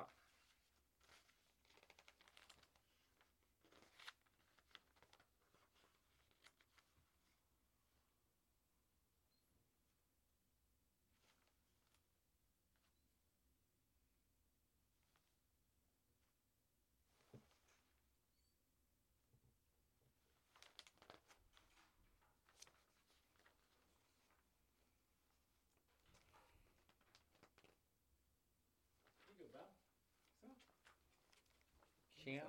Tjena.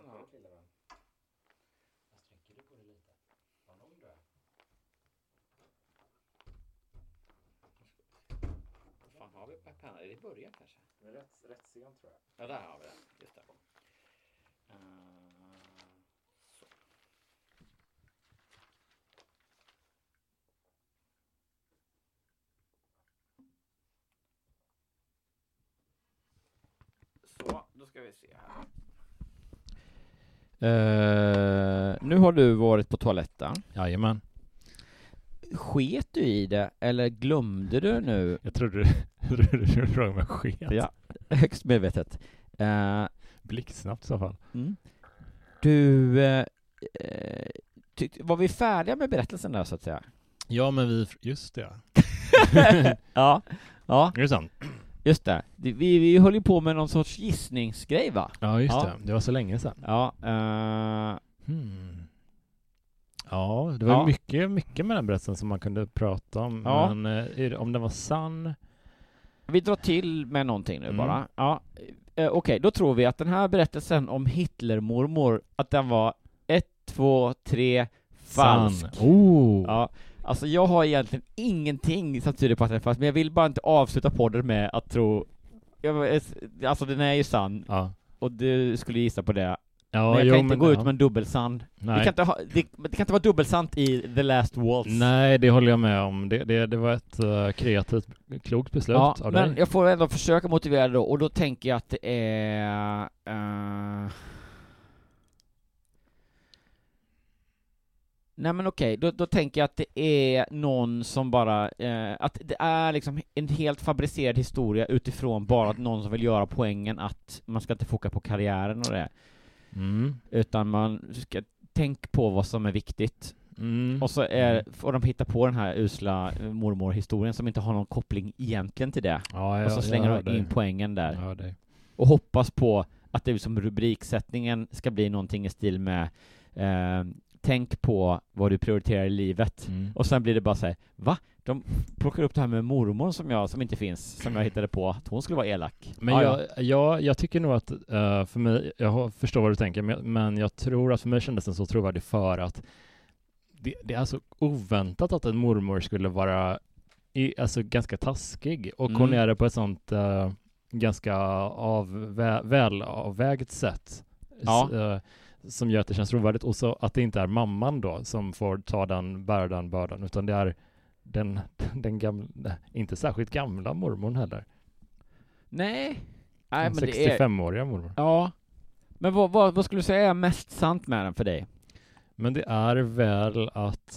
Fan, har vi penna? Är det i början kanske? Det är rätt sent tror jag. Ja, där har vi den. Just det. Så, då ska vi se här. Nu har du varit på toaletten. Jajamän. Sket du i det, eller glömde du nu? Jag trodde du frågade om jag sket. Ja, högst medvetet. Blixtsnabbt i så fall. Mm. Du, var vi färdiga med berättelsen där så att säga? Ja, men just det. Ja. Det är sant. Just det. Vi höll ju på med någon sorts gissningsgrej, va? Ja, just det. Det var så länge sedan. Ja. Ja, det var mycket med den berättelsen som man kunde prata om. Ja. Men om den var sann... Vi drar till med någonting nu bara. Ja. Okej, då tror vi att den här berättelsen om Hitlermormor, att den var 1, 2, 3 falsk. Ja. Alltså jag har egentligen ingenting som tyder på att den är falsk, men jag vill bara inte avsluta podden med att tro... Alltså den är ju sann. Ja. Och du skulle gissa på det. Ja, men jag kan inte gå ut med en dubbelsand. Nej. Det kan inte vara dubbelsant i The Last Waltz. Nej, det håller jag med om. Det var ett kreativt, klokt beslut av dig. Men jag får ändå försöka motivera det då. Och då tänker jag att det är... Nej men okej, då tänker jag att det är någon som bara... att det är liksom en helt fabricerad historia utifrån bara att någon som vill göra poängen att man ska inte foka på karriären och det. Utan man ska tänka på vad som är viktigt. Och så får de hitta på den här usla mormor-historien som inte har någon koppling egentligen till det. Och så slänger de in poängen där. Och hoppas på att det som rubriksättningen ska bli någonting i stil med tänk på vad du prioriterar i livet. Och sen blir det bara så här, va? De plockar upp det här med mormor som inte finns, som jag hittade på, att hon skulle vara elak. Men jag tycker nog att för mig, jag förstår vad du tänker, men jag tror att för mig kändes den så trovärdig för att det är så oväntat att en mormor skulle vara alltså ganska taskig, och hon är det på ett sånt ganska välavvägt sätt. Som gör att det känns trovärdigt, och så att det inte är mamman då som får bära den bördan, utan det är den gamla, inte särskilt gamla mormor heller. Nej, men 65-åriga mormor. Ja. Men vad skulle du säga är mest sant med den för dig? Men det är väl att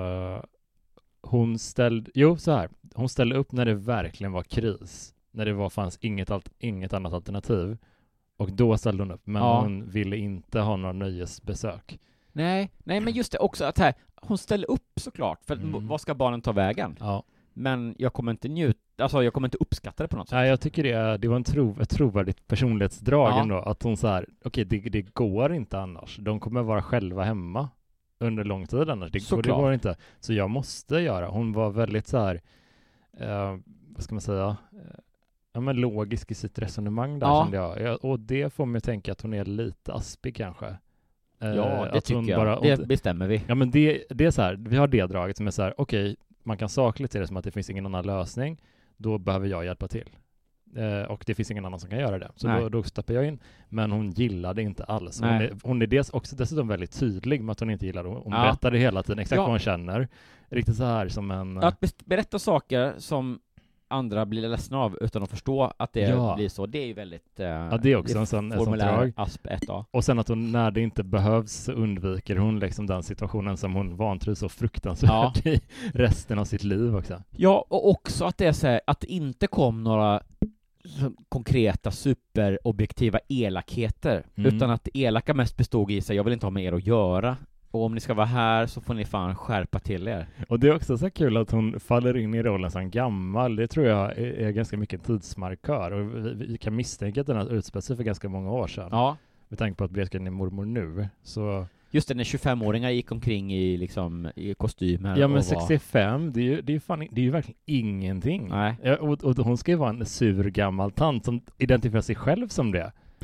hon ställde upp när det verkligen var kris. När det fanns inget annat alternativ. Och då ställde hon upp. Men hon ville inte ha några nöjesbesök. Nej, men just det också att här, hon ställer upp såklart. För vad ska barnen ta vägen? Ja. Men jag kommer inte jag kommer inte uppskatta det på något sätt. Nej, jag tycker det var ett trovärdigt personlighetsdrag ändå. Att hon så här, okej, det går inte annars. De kommer vara själva hemma under lång tid annars. Det går inte. Så jag måste göra. Hon var väldigt så här, vad ska man säga, men logisk i sitt resonemang där, kände jag. Och det får mig att tänka att hon är lite aspig kanske. Ja, det tycker jag. Det bestämmer vi. Ja, men det är så här, vi har det draget som är så här, okej, man kan sakligt se det som att det finns ingen annan lösning. Då behöver jag hjälpa till. Och det finns ingen annan som kan göra det. Så då steppar jag in. Men hon gillade inte alls. Hon är också dessutom väldigt tydlig med att hon inte gillade. Hon berättade hela tiden exakt vad hon känner. Riktigt så här som en... Att berätta saker som andra blir ledsna av utan att förstå att det blir så. Det är ju väldigt... det är också en sån drag. Asp 1A. Och sen att hon, när det inte behövs, så undviker hon liksom den situationen som hon vantrivs så fruktansvärt i resten av sitt liv också. Ja, och också att det är så här, att det inte kom några konkreta superobjektiva elakheter, utan att det elaka mest bestod i sig, jag vill inte ha med er att göra. Och om ni ska vara här så får ni fan skärpa till er. Och det är också så kul att hon faller in i rollen som gammal. Det tror jag är ganska mycket en tidsmarkör. Och vi kan misstänka att den har utspelat sig för ganska många år sedan. Ja. Med tanke på att Blekinge är mormor nu. Så... Just det, när 25-åringar gick omkring i kostymer. Ja, men 65, det är ju verkligen ingenting. Nej. Och hon ska ju vara en sur gammal tant som identifierar sig själv som det.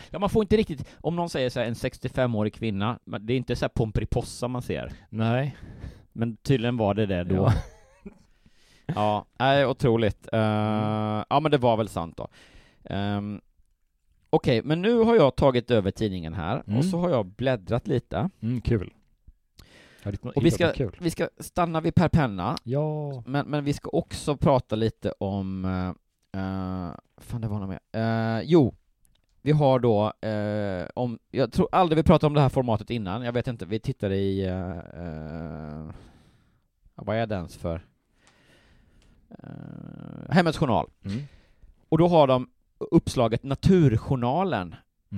Ja, man får inte riktigt, om någon säger så här, en 65-årig kvinna, det är inte så här Pomperipossa man ser. Nej. Men tydligen var det då. Ja, otroligt. Ja, men det var väl sant då. Okej, men nu har jag tagit över tidningen här och så har jag bläddrat lite. Kul. Och vi ska stanna vid Per Penna. Ja. Men vi ska också prata lite om fan, det var något mer. Jo, vi har då om, jag tror aldrig vi pratade om det här formatet innan. Jag vet inte, vi tittade i vad är det ens för Hemmets Journal. Och då har de uppslaget Naturjournalen.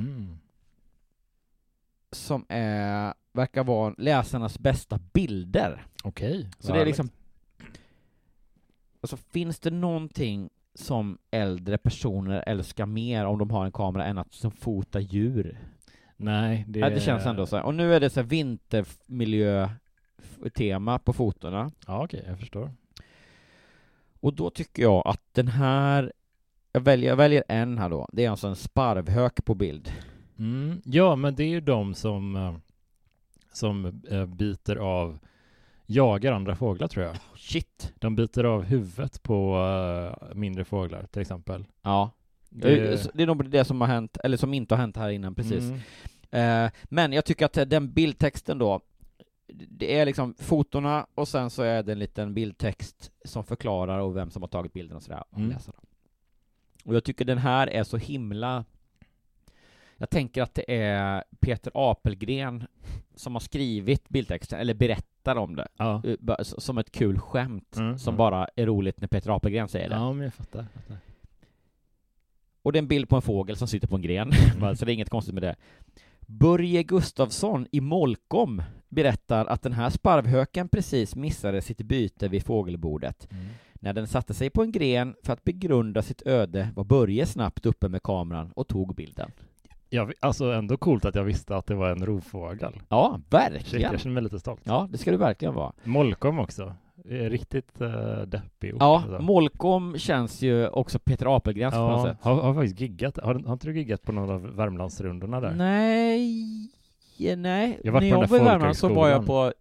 Som verkar vara läsarnas bästa bilder. Okej. Så det är liksom, alltså, finns det någonting som äldre personer älskar mer om de har en kamera än att som fota djur? Nej, det känns ändå så här. Och nu är det så här vintermiljö-tema på fotorna. Ja, okej, jag förstår. Och då tycker jag att den här, jag väljer en här då. Det är alltså en sparvhök på bild. Ja, men det är ju de som biter av, jagar andra fåglar, tror jag. Shit. De biter av huvudet på mindre fåglar, till exempel. Ja. Det är nog det som har hänt, eller som inte har hänt här innan, precis. Men jag tycker att den bildtexten då, det är liksom fotorna och sen så är det en liten bildtext som förklarar och vem som har tagit bilden och sådär. Och jag tycker den här är så himla, jag tänker att det är Peter Apelgren som har skrivit bildtexten, eller berättar om det. Ja. Som ett kul skämt som bara är roligt när Peter Apelgren säger det. Ja, men jag fattar. Och det är en bild på en fågel som sitter på en gren. Så det är inget konstigt med det. Börje Gustafsson i Molkom berättar att den här sparvhöken precis missade sitt byte vid fågelbordet. När den satte sig på en gren för att begrunda sitt öde var Börje snabbt uppe med kameran och tog bilden. Ja, alltså ändå coolt att jag visste att det var en rovfågel. Ja, verkligen. Jag känner mig lite stolt. Ja, det ska du verkligen vara. Molkom också. Det är riktigt deppig ort. Ja, alltså. Molkom känns ju också Peter Apelgrens på något sätt. Har faktiskt giggat. Har inte du giggat på någon av Värmlandsrundorna där? Nej. När jag var i Värmland så var jag på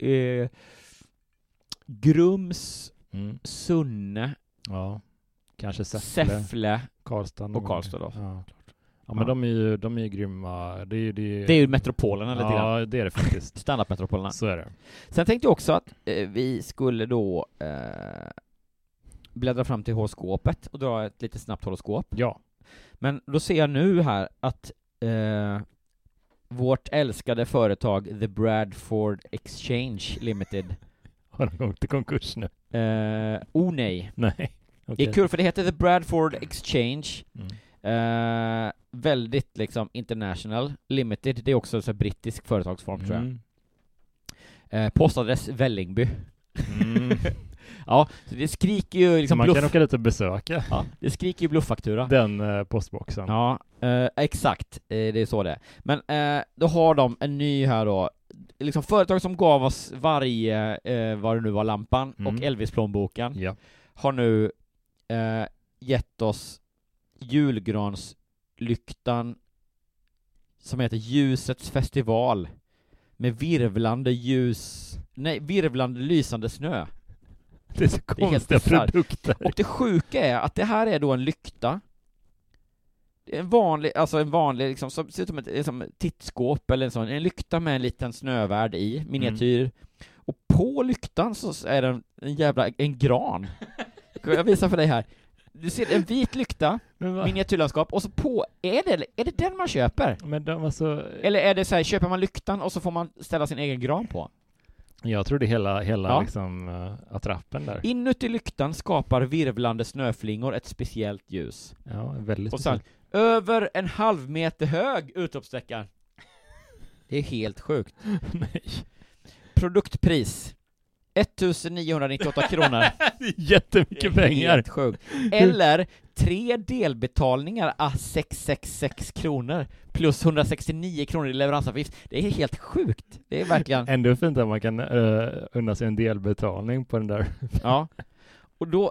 Grums, Sunne, kanske Säffle Karlstad och Karlstad då. Ja, men de är ju grymma. Det är ju metropolerna lite grann. Ja, det är det faktiskt. Standardmetropolerna. Så är det. Sen tänkte jag också att vi skulle då bläddra fram till horoskopet och dra ett lite snabbt horoskop. Ja. Men då ser jag nu här att vårt älskade företag The Bradford Exchange Limited har de gått i konkurs nu? Nej. Nej. Okay. Det är kul för det heter The Bradford Exchange. Väldigt liksom international limited. Det är också en brittisk företagsform tror jag. Postadress Vällingby. Ja, så det skriker ju liksom man kan åka dit och besöka. Ja, det skriker ju blufffaktura. Den postboxen. Ja, exakt. Det är så det är. Men då har de en ny här då. Liksom företag som gav oss varje vad det nu var, lampan och Elvis-plånboken har nu gett oss julgranslyktan som heter Ljusets festival med virvlande lysande snö. Det är så konstiga produkter. Och det sjuka är att det här är då en lykta. En vanlig liksom, som ser ut som ett tittskåp eller en lykta med en liten snövärd i miniatyr. Och på lyktan så är det en gran. Jag visar för dig här. Du ser en vit lykta, miniatyrlandskap, och så på, är det den man köper? Men eller är det så här, köper man lyktan och så får man ställa sin egen gran på? Jag tror det hela liksom attrappen där. Inuti lyktan skapar virvlande snöflingor ett speciellt ljus. Ja, väldigt och sen, över en halv meter hög utropstecken. Det är helt sjukt. Nej. Produktpris 1998 kronor. Det är jättemycket pengar. Helt sjukt. Eller 3 delbetalningar à 666 kronor plus 169 kronor i leveransavgift. Det är helt sjukt. Det är verkligen... Ändå fint att man kan unna sig en delbetalning på den där. Ja. Och då,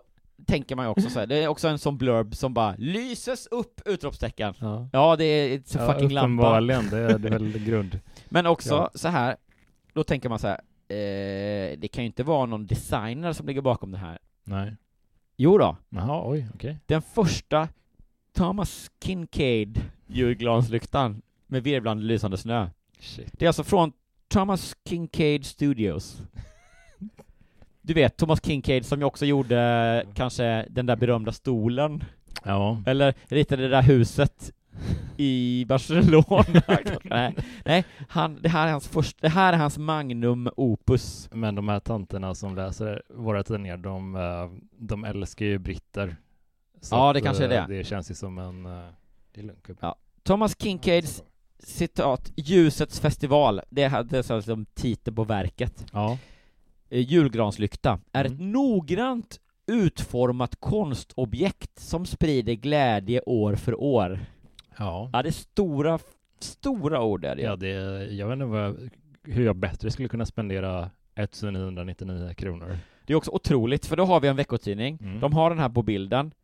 tänker man ju också så här. Det är också en sån blurb som bara lyses upp, utropstecken. Ja, Ja, det är ett fucking lampa. Uppenbarligen, det är väl grund. Men också så här, då tänker man så här, det kan ju inte vara någon designer som ligger bakom det här. Nej. Jo då. Jaha, oj, okej. Den första Thomas Kincaid julglanslyktan med virvlande lysande snö. Shit. Det är alltså från Thomas Kincaid Studios. Du vet, Thomas Kincaid som ju också gjorde kanske den där berömda stolen. Ja. Eller ritade det där huset i Barcelona. Nej, det här är hans magnum opus. Men de här tanterna som läser våra tidningar, de älskar ju britter. Så ja, det kanske är det. Det känns ju som en... det är lugnt. Ja. Thomas Kincaids citat, Ljusets festival, det är så som titel på verket. Ja. Julgranslykta är ett noggrant utformat konstobjekt som sprider glädje år för år. Ja. Ja, det är stora ord där. Ja, jag vet inte hur jag bättre skulle kunna spendera 1999 kronor. Det är också otroligt, för då har vi en veckotidning. De har den här på bilden.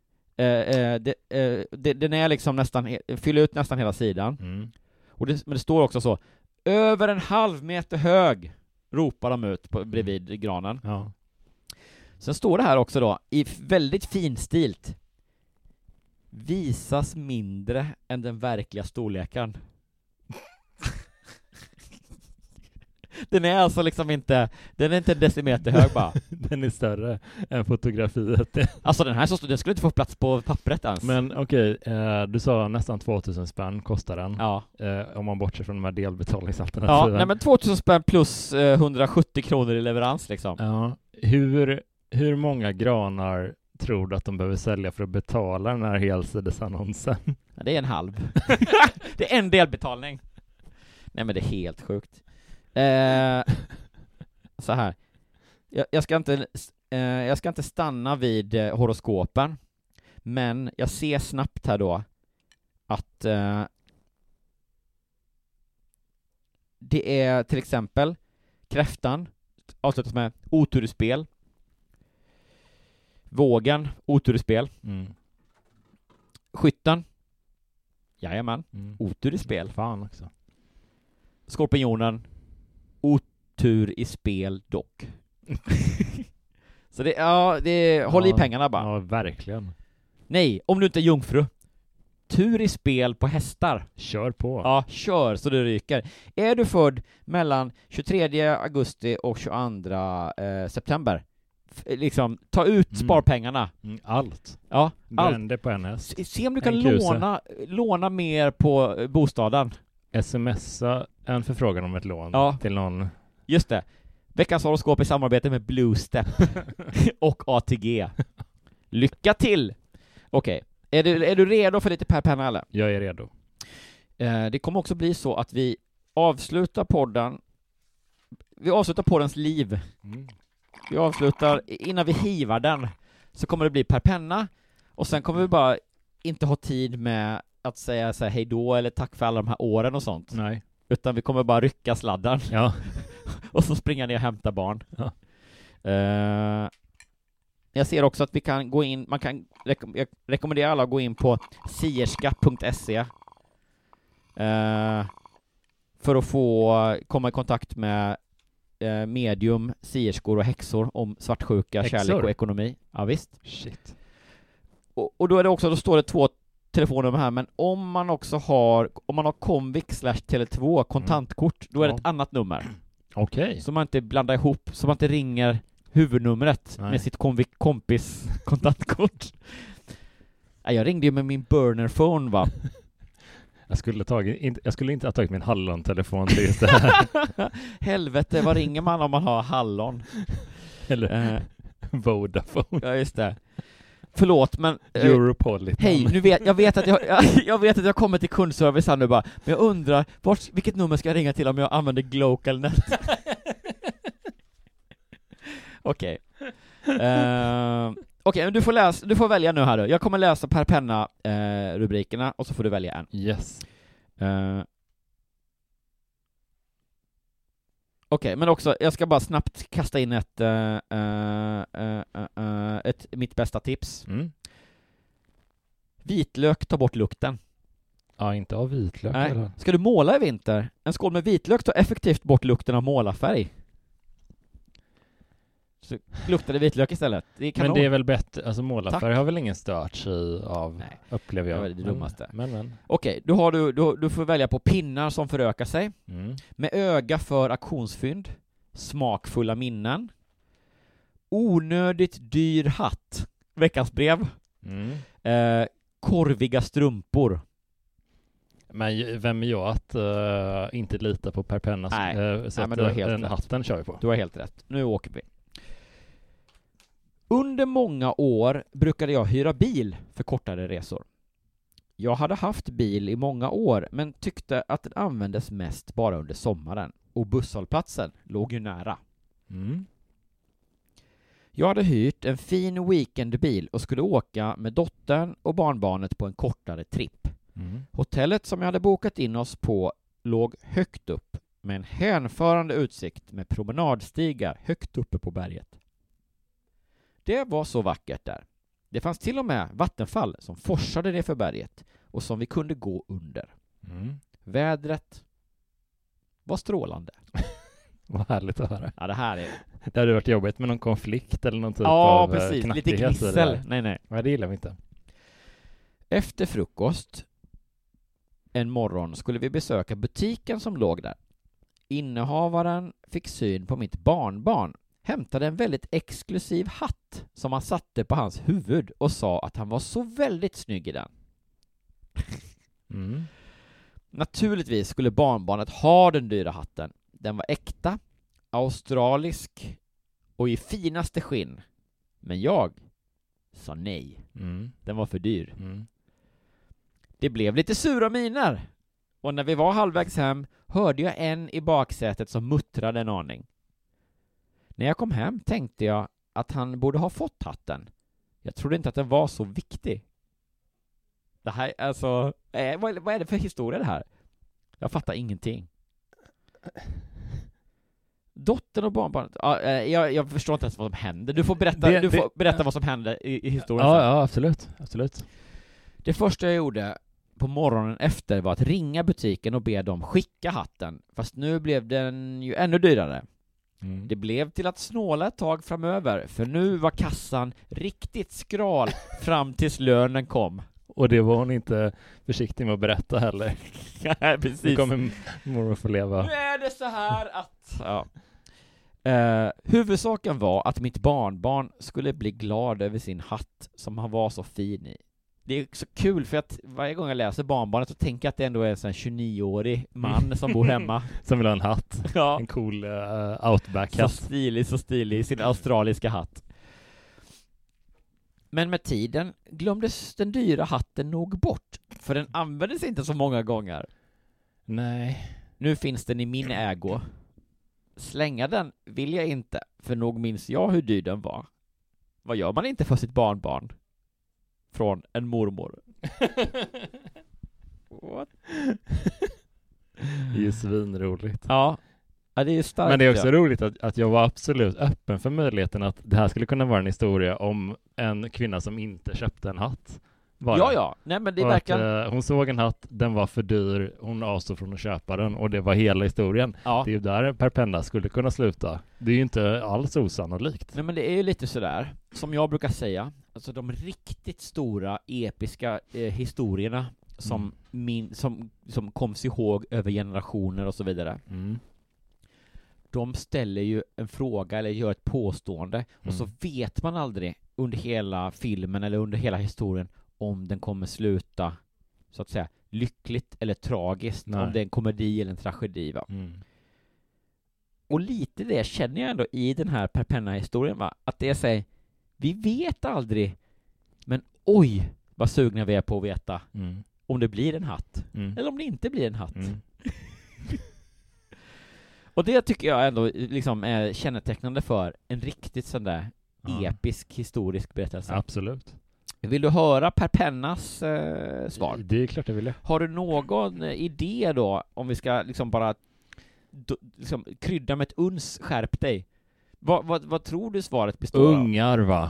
Den är liksom fyller ut nästan hela sidan. Men det står också så: över 1,5 meter hög, ropar de ut bredvid granen. Ja. Sen står det här också då, i väldigt finstilt: visas mindre än den verkliga storleken. Den är alltså liksom inte, den är inte en decimeter hög bara. Den är större än fotografiet. Alltså den skulle inte få plats på pappret ens. Men okej, du sa nästan 2000 spänn kostar den. Ja. Om man bortser från de här delbetalningsalternativen. Ja, nej men 2000 spänn plus 170 kronor i leverans liksom. Ja. Hur många granar tror du att de behöver sälja för att betala den här helsidesannonsen? Ja, det är 1,5. Det är en delbetalning. Nej men det är helt sjukt. Så här. Jag ska inte stanna vid horoskopen, men jag ser snabbt här då att det är till exempel kräftan avslutas med otur i spel, vågen otur i spel, skytten jajamän, otur i spel, fan också, skorpionen otur i spel dock. Så håll i pengarna bara. Ja, verkligen. Nej, om du inte är jungfru. Tur i spel på hästar. Kör på. Ja, kör så det ryker. Är du född mellan 23 augusti och 22 september, liksom, ta ut sparpengarna. Allt. Ja, Brände på en häst. Se om du kan låna mer på bostaden. SMSa en förfrågan om ett lån till någon. Just det. Veckans horoskop i samarbete med Blue Step och ATG. Lycka till! Okej. Är du redo för lite per penna eller? Jag är redo. Det kommer också bli så att vi avslutar poddens liv. Vi avslutar, innan vi hivar den så kommer det bli per penna, och sen kommer vi bara inte ha tid med att säga så här, hej då eller tack för alla de här åren och sånt. Nej. Utan vi kommer bara rycka sladden. Ja. Och så springa ner och hämta barn. Ja. Jag ser också att vi kan gå in, jag rekommenderar alla att gå in på sierska.se för att få komma i kontakt med medium, sierskor och häxor om svartsjuka, kärlek och ekonomi. Ja visst. Shit. Och då är det också, då står det 2 telefonnummer här, men om man har Comvik /Tele2 kontantkort, då är det ett annat nummer. Okej. Så man inte blandar ihop, så man inte ringer huvudnumret med sitt kompis kontantkort. Jag ringde ju med min burner phone, va? Jag skulle inte ha tagit min hallon-telefon till just det här. Helvete, vad ringer man om man har hallon? Eller Vodafone. Ja, just det. Förlåt, men Europolitan. Hej, jag vet att jag kommer till kundservice här nu bara, men jag undrar vilket nummer ska jag ringa till om jag använder Glocalnet? Okej. Okej, men du får välja nu här då. Jag kommer läsa per penna rubrikerna, och så får du välja en. Yes. Okej, men också, jag ska bara snabbt kasta in ett mitt bästa tips. Vitlök tar bort lukten. Ja, inte av vitlök. Nej. Eller? Ska du måla i vinter? En skål med vitlök tar effektivt bort lukten av målarfärg. Så luktar det vitlök istället. Det är kanon. Men det är väl bättre, alltså målarfärg har väl ingen stört sig av, upplever jag. Det var det dummaste. Men. Okej, du får välja på pinnar som förökar sig. Med öga för auktionsfynd. Smakfulla minnen. Onödigt dyr hatt. Veckans brev. Korviga strumpor. Men vem är jag att inte lita på Per Pennas? Så men du har helt rätt. Hatten kör vi på. Du har helt rätt. Nu åker vi. Under många år brukade jag hyra bil för kortare resor. Jag hade haft bil i många år men tyckte att den användes mest bara under sommaren. Och busshållplatsen låg ju nära. Jag hade hyrt en fin weekendbil och skulle åka med dottern och barnbarnet på en kortare tripp. Hotellet som jag hade bokat in oss på låg högt upp med en hänförande utsikt med promenadstigar högt uppe på berget. Det var så vackert där. Det fanns till och med vattenfall som forsade ner för berget och som vi kunde gå under. Vädret var strålande. Vad härligt att höra. Ja, det här är... Det hade varit jobbigt med någon konflikt eller någon typ av precis. Lite knackighet. gnissel. Nej. Ja, det gillar vi inte. Efter frukost en morgon skulle vi besöka butiken som låg där. Innehavaren fick syn på mitt barnbarn, hämtade en väldigt exklusiv hatt som han satte på hans huvud och sa att han var så väldigt snygg i den. Naturligtvis skulle barnbarnet ha den dyra hatten. Den var äkta, australisk och i finaste skinn. Men jag sa nej. Den var för dyr. Det blev lite sura miner. Och när vi var halvvägs hem hörde jag en i baksätet som muttrade en aning. När jag kom hem tänkte jag att han borde ha fått hatten. Jag trodde inte att den var så viktig. Det här, alltså... vad är det för historia det här? Jag fattar ingenting. Dottern och barnbarnet... jag förstår inte ens vad som hände. Du får berätta vad som hände i historien. Ja, absolut. Det första jag gjorde på morgonen efter var att ringa butiken och be dem skicka hatten. Fast nu blev den ju ännu dyrare. Det blev till att snåla ett tag framöver, för nu var kassan riktigt skral fram tills lönen kom. Och det var hon inte försiktig med att berätta heller. Nej, precis. Nu kommer mormor få leva. Nu är det så här att... Ja. Huvudsaken var att mitt barnbarn skulle bli glad över sin hatt som han var så fin i. Det är så kul för att varje gång jag läser barnbarnet så tänker jag att det ändå är en sån 29-årig man som bor hemma. Som vill ha en hatt. Ja. En cool outback-hatt. Så stilig, sin australiska hatt. Men med tiden glömdes den dyra hatten nog bort. För den användes inte så många gånger. Nej. Nu finns den i min ägo. Slänga den vill jag inte, för nog minns jag hur dyr den var. Vad gör man inte för sitt barnbarn? Från en mormor. What? Det är ju svinroligt. Ja, det är starkt. Men det är också roligt att jag var absolut öppen för möjligheten att det här skulle kunna vara en historia om en kvinna som inte köpte en hatt. Ja. Nej, men det är verkligen... hon såg en hatt, den var för dyr, hon avstod från att köpa den och det var hela historien. Ja. Det är ju där Per Penna skulle kunna sluta. Det är ju inte alls osannolikt. Nej, men det är ju lite sådär, som jag brukar säga, alltså de riktigt stora, episka historierna som koms ihåg över generationer och så vidare. De ställer ju en fråga eller gör ett påstående och så vet man aldrig under hela filmen eller under hela historien om den kommer sluta så att säga lyckligt eller tragiskt. Nej. Om det är en komedi eller en tragedi, va? Och lite det känner jag ändå i den här Per Penna-historien, va? Att det är så, vi vet aldrig, men oj vad sugna vi är på att veta om det blir en hatt eller om det inte blir en hatt. Och det tycker jag ändå liksom är kännetecknande för en riktigt sån där episk historisk berättelse. Absolut. Vill du höra Per Pennas svar? Det är klart jag vill. Har du någon idé då, om vi ska liksom bara liksom krydda med ett uns, skärp dig? Vad tror du svaret består av? Ungar, va?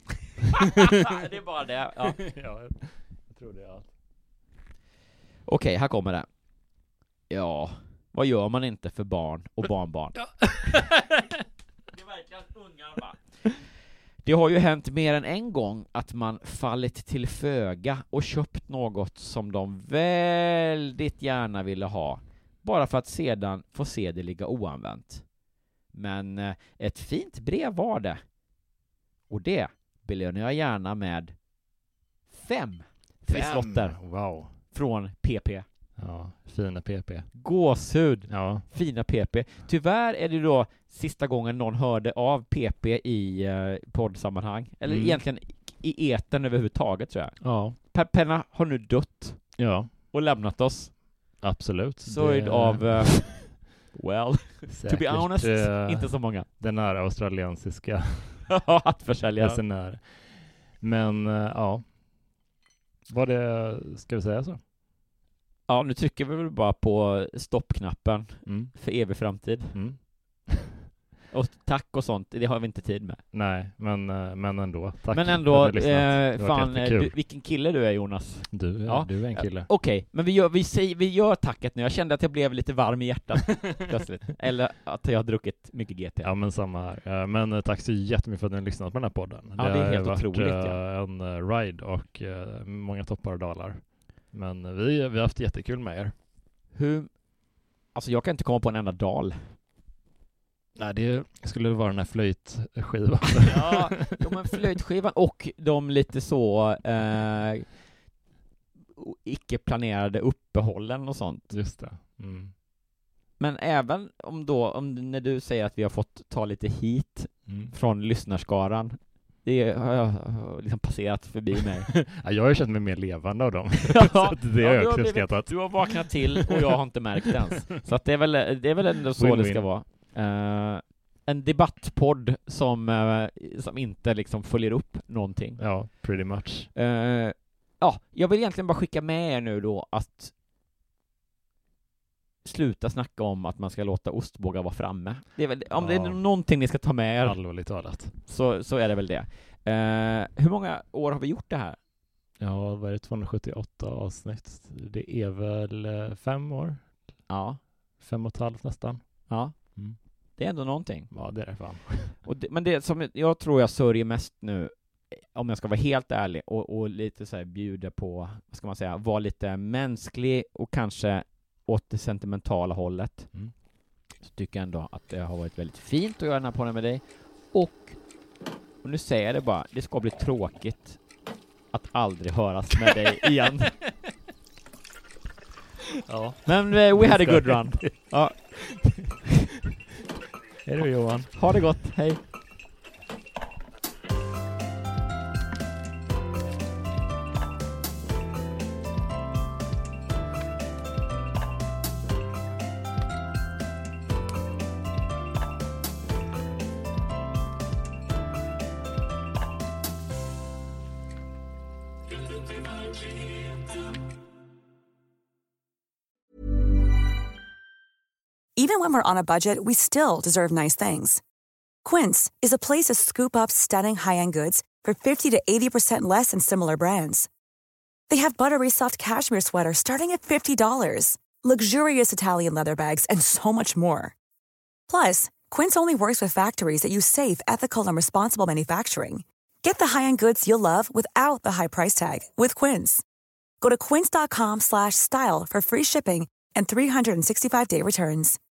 Det är bara det. Ja. Ja, jag tror det är allt. Okej, här kommer det. Ja, vad gör man inte för barn och barnbarn? Ja. Det är verkligen ungar, va? Det har ju hänt mer än en gång att man fallit till föga och köpt något som de väldigt gärna ville ha, bara för att sedan få se det ligga oanvänt. Men ett fint brev var det. Och det belönar jag gärna med 5 trisslotter. Wow. Från PP. Ja, fina PP. Gåshud. Ja. Fina PP. Tyvärr är det då sista gången någon hörde av PP i poddsammanhang. Eller egentligen i etern överhuvudtaget, tror jag. Ja. Per Penna har nu dött. Ja. Och lämnat oss. Absolut. Sörjd av... well, säkert, to be honest, inte så många. Den här australiensiska hattförsäljaren. SNR. Men ja. Vad det, ska vi säga så? Ja, nu trycker vi väl bara på stoppknappen för evig framtid. Och tack och sånt, det har vi inte tid med. Nej, men ändå. Tack. Men ändå, fan, vilken kille du är, Jonas. Du är en kille. Okej, men vi gör tacket nu. Jag kände att jag blev lite varm i hjärtat plötsligt. Eller att jag har druckit mycket GT. Ja, men samma här. Men tack så jättemycket för att ni har lyssnat på den här podden. Ja, det är helt otroligt. En ride och många toppar och dalar. Men vi har haft jättekul med er. Alltså jag kan inte komma på en enda dal. Nej, det skulle vara den här flöjtskivan. Ja, men flöjtskivan och de lite så icke-planerade uppehållen och sånt. Just det. Men även om när du säger att vi har fått ta lite hit från lyssnarskaran, det har liksom passerat förbi mig. Ja, jag har känt mig mer levande av dem. Ja, så det har jag också uppskattat. Du har vaknat till och jag har inte märkt det ens. Så att det är väl ändå så det ska vara. En debattpodd som inte liksom följer upp någonting. Ja, pretty much. Ja, jag vill egentligen bara skicka med er nu då att sluta snacka om att man ska låta ostbågar vara framme. Det är väl, om det är någonting ni ska ta med er, allvarligt talat, så är det väl det. Hur många år har vi gjort det här? Ja, vad är det, 278 avsnitt? Det är väl 5 år? Ja. 5,5 nästan. Ja. Det är ändå någonting. Ja, det är det fan. Men det som jag tror jag sörjer mest nu, om jag ska vara helt ärlig och lite så här bjuda på, vad ska man säga, vara lite mänsklig och kanske åt det sentimentala hållet, så tycker jag ändå att det har varit väldigt fint att göra den här podden med dig. Och nu säger jag det bara, det ska bli tråkigt att aldrig höras med dig igen. Ja. Men we had a good run. Ja. Hej då, Johan. Ha det gott, hej. Even when we're on a budget, we still deserve nice things. Quince is a place to scoop up stunning high-end goods for 50 to 80% less than similar brands. They have buttery soft cashmere sweaters starting at $50, luxurious Italian leather bags, and so much more. Plus, Quince only works with factories that use safe, ethical, and responsible manufacturing. Get the high-end goods you'll love without the high price tag with Quince. Go to quince.com/style for free shipping and 365-day returns.